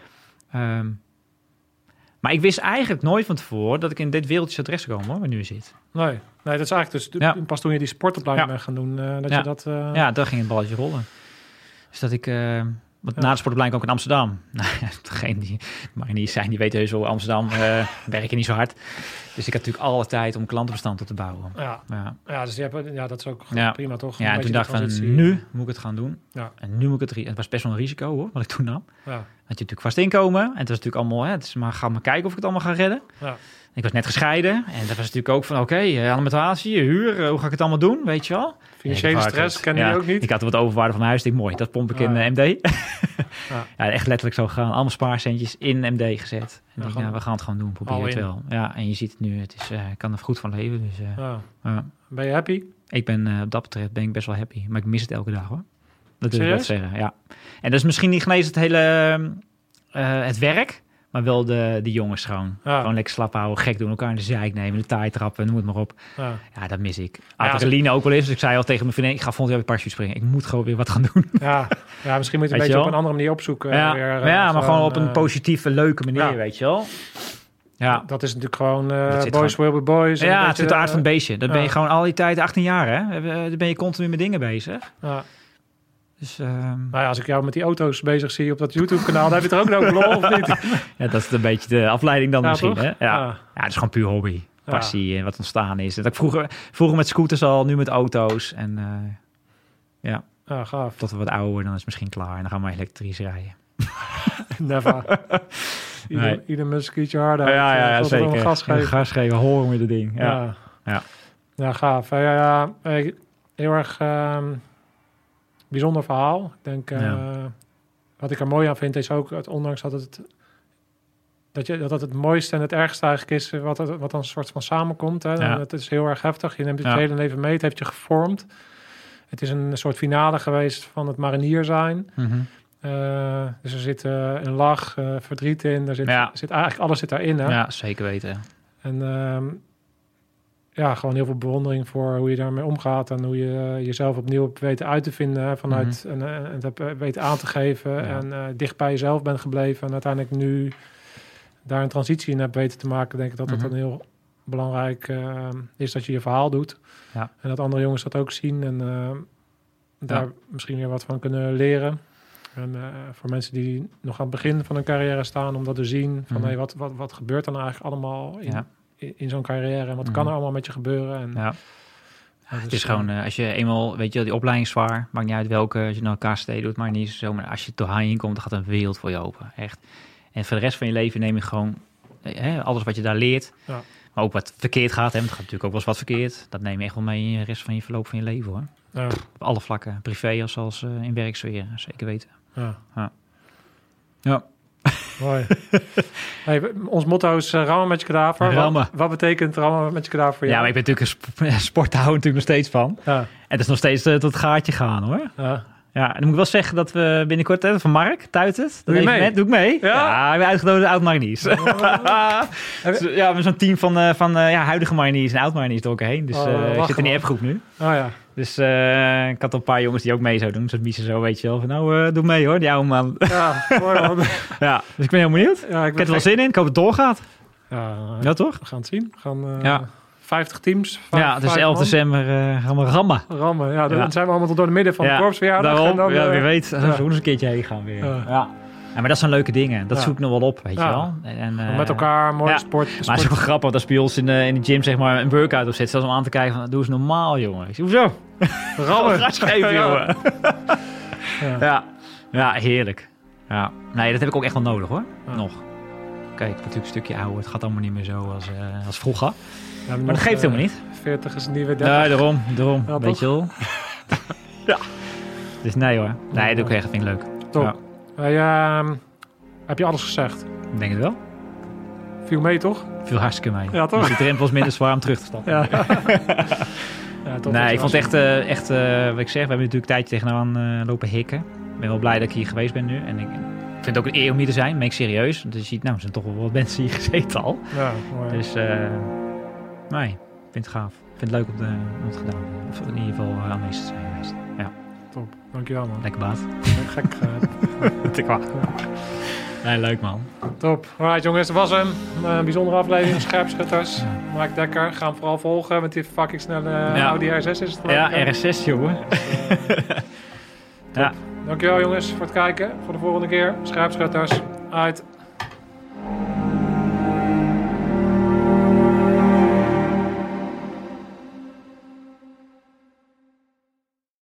Um, Maar ik wist eigenlijk nooit van tevoren dat ik in dit wereldje zou terechtkomen, hoor, waar nu zit. Nee, nee, dat is eigenlijk dus ja. pas toen je die sportopleiding ja. bent gaan doen, uh, dat ja. je dat... Uh... Ja, daar ging het balletje rollen. Dus dat ik... Uh, want ja. na de sportopleiding ook in Amsterdam. Nou ja, degene die mariniers zijn, die weten heus wel, Amsterdam uh, werken niet zo hard. Dus ik had natuurlijk alle tijd om klantenbestand op te bouwen. Ja, ja. ja dus je hebt, ja, dat is ook ja. prima, toch? Ja, en toen dacht ik van, nu moet ik het gaan doen. Ja. En nu moet ik het... Het was best wel een risico, hoor, wat ik toen nam. Ja. Had je natuurlijk vast inkomen. En het was natuurlijk allemaal... Hè, het is maar, ga maar kijken of ik het allemaal ga redden. Ja. Ik was net gescheiden. En dat was natuurlijk ook van, oké, okay, alimentatie, huur, uh, hoe ga ik het allemaal doen, weet je wel? Financiële stress ken je ja, ook niet. Ik had er wat overwaarde van mijn huis. Ik mooi, dat pomp ik ja. in uh, M D. ja. ja, echt letterlijk zo gegaan. Allemaal spaarcentjes in M D gezet. En ja, denk, ja, we gaan het gewoon doen, probeer het wel. Ja, en je ziet het nu, het is, uh, ik kan er goed van leven. Dus, uh, ja. Ja. Ben je happy? Ik ben, uh, op dat betreft ben ik best wel happy. Maar ik mis het elke dag, hoor. Dat wil ik wel zeggen, ja. En dat is misschien niet genezen het hele, uh, het werk... Maar wel de, de jongens gewoon. Ja. Gewoon lekker slap houden, gek doen, elkaar in de zeik nemen, de taai trappen, noem het maar op. Ja, ja dat mis ik. Adrenaline ja, ook wel eens. Dus ik zei al tegen mijn vriendin, ik ga volgend jaar weer parachute springen. Ik moet gewoon weer wat gaan doen. Ja, ja misschien moet je een beetje op een andere manier opzoeken. Ja, weer, maar, ja, uh, maar gewoon op een positieve, leuke manier, ja. weet je wel. Ja. Dat is natuurlijk gewoon uh, boys gewoon, will be boys. Ja, het is de aard van het beestje. Dan ja. ben je gewoon al die tijd, achttien jaar, hè. Dan ben je continu met dingen bezig. Ja. Dus, um... nou ja, als ik jou met die auto's bezig zie op dat YouTube-kanaal, dan heb je het er ook nog lol, of niet? Ja, dat is een beetje de afleiding dan ja, misschien, hè? Ja. Ja. Ja. ja, het is gewoon puur hobby. Passie, ja. Wat ontstaan is. Dat ik vroeger, vroeger met scooters al, nu met auto's. En uh, ja, ja gaaf. Tot we wat ouder worden, dan is het misschien klaar. En dan gaan we elektrisch rijden. Never. Ieder, nee. ieder Musk ietsje harder. Ja, ja, ja, ja zeker. Gas geven. Gas geven, horen met het ding. Ja, ja. ja. ja gaaf. Ja, ja, heel erg... Um, bijzonder verhaal. Ik denk, uh, ja. wat ik er mooi aan vind, is ook, het, ondanks dat het, dat, je, dat het het mooiste en het ergste eigenlijk is, wat, het, wat dan een soort van samenkomt. Hè. Ja. Het is heel erg heftig. Je neemt het ja. hele leven mee. Het heeft je gevormd. Het is een soort finale geweest van het marinier zijn. Mm-hmm. Uh, dus er zit uh, een lach, uh, verdriet in. Er zit, ja. zit eigenlijk alles zit daarin. Hè. Ja, zeker weten. En uh, ja, gewoon heel veel bewondering voor hoe je daarmee omgaat en hoe je uh, jezelf opnieuw hebt weten uit te vinden vanuit mm-hmm. en, en het hebt weten aan te geven ja. en uh, dicht bij jezelf bent gebleven en uiteindelijk nu daar een transitie in hebt weten te maken. Denk ik dat mm-hmm. dat een heel belangrijk uh, is dat je je verhaal doet ja. en dat andere jongens dat ook zien en uh, daar ja. misschien weer wat van kunnen leren. En uh, voor mensen die nog aan het begin van hun carrière staan om dat te zien van mm-hmm. hey, wat, wat, wat gebeurt er nou eigenlijk allemaal in, ja. in, in zo'n carrière. En wat mm. kan er allemaal met je gebeuren. En, ja. Ja, het is gewoon, uh, als je eenmaal, weet je, die opleiding is zwaar. Maakt niet uit welke, als je nou K C T doet, maakt niet zo. Maar als je er doorheen komt, dan gaat een wereld voor je open. Echt. En voor de rest van je leven neem je gewoon hè, alles wat je daar leert. Ja. Maar ook wat verkeerd gaat. Hè, want het gaat natuurlijk ook wel eens wat verkeerd. Dat neem je echt wel mee in de rest van je verloop van je leven, hoor. Ja. Op alle vlakken. Privé als, als uh, in werksfeer. Zeker weten. Ja. Ja. Ja. Mooi. Hey, ons motto is uh, rammen met je kadaver. Wat, wat betekent rammen met je kadaver voor jou? Ja, maar ik ben natuurlijk een sp- sport daar hou natuurlijk nog steeds van. Ja. En het is nog steeds uh, tot het gaatje gaan, hoor. Ja. Ja, en dan moet ik wel zeggen dat we binnenkort hè, van Mark Tuitert. Doe je mee? Met, doe ik mee. Ja, ja ik ben uitgenodigd oud Mariniers. Oh. Ja, met zo'n team van, uh, van uh, ja, huidige Mariniers en oud Mariniers door elkaar heen. Dus uh, oh, ik zit in die appgroep nu. Oh ja. Dus uh, ik had al een paar jongens die ook mee zouden doen. Zoals Mies en zo, weet je wel. Van, nou, uh, doe mee hoor, die oude man. Ja, mooi man. Ja, dus ik ben heel benieuwd. Ja, ik, ik heb er wel zin in. Ik hoop dat het doorgaat. Ja, ja toch? We gaan het zien. We gaan... Uh... Ja. vijftig teams. Vijf, ja, dus elf december uh, gaan we rammen. Rammen, ja. Dan ja. zijn we allemaal tot door de midden van ja, de korpsverjaardag. Daarom, en dan, ja, uh, wie weet. Dan ja. we eens een keertje heen gaan weer. Ja. Ja. Ja, maar dat zijn leuke dingen. Dat ja. zoek ik nog wel op, weet ja. je wel. En, uh, met elkaar, mooie ja. sport, sport. Maar het is ook wel grappig dat als bij ons in de, in de gym zeg maar een workout op zit. Zelfs om aan te kijken van, doe eens normaal, jongen. Ik zeg, hoezo? Rammen. Gas geven, jongen. Ja. Ja. Ja, heerlijk. Ja. Nee, dat heb ik ook echt wel nodig, hoor. Ja. Nog. Kijk, ik ben natuurlijk een stukje ouder. Het gaat allemaal niet meer zo als, uh, als vroeger. Ja, maar, maar dat geeft uh, helemaal niet. veertig is een nieuwe dertig. Nee, daarom. daarom ja, weet je wel. Ja. Dus nee hoor. Nee, dat doe ik echt. Vind ik leuk. Top. Ja. Hey, uh, heb je alles gezegd? Ik denk het wel. Viel mee, toch? Viel hartstikke mee. Ja, toch? Dus de drempel was minder zwaar om terug te stappen. Ja. Ja, nee, ik vond het echt, uh, echt uh, wat ik zeg, we hebben natuurlijk een tijdje tegenaan uh, lopen hikken. Ik ben wel blij dat ik hier geweest ben nu. En ik vind het ook een eer om hier te zijn. Ben ik serieus. Want je ziet, nou, er zijn toch wel wat mensen hier gezeten al. Ja, mooi. Dus, uh, nee, ik vind het gaaf. Ik vind het leuk om, de, om het gedaan. Of in ieder geval uh, aanwezig te zijn geweest. Ja. Top, dankjewel man. Lekker baat. Gek. Uh, te kwaad. Nee, leuk man. Top. Alright jongens, dat was hem. Een bijzondere aflevering. Scherpschutters. Ja. Mark Dekker. Ga hem vooral volgen. Met die fucking snelle ja. Audi R zes is het geloof ik. Ja, R S zes jongen. Dus, uh, ja. Dankjewel jongens voor het kijken. Voor de volgende keer. Scherpschutters. Uit.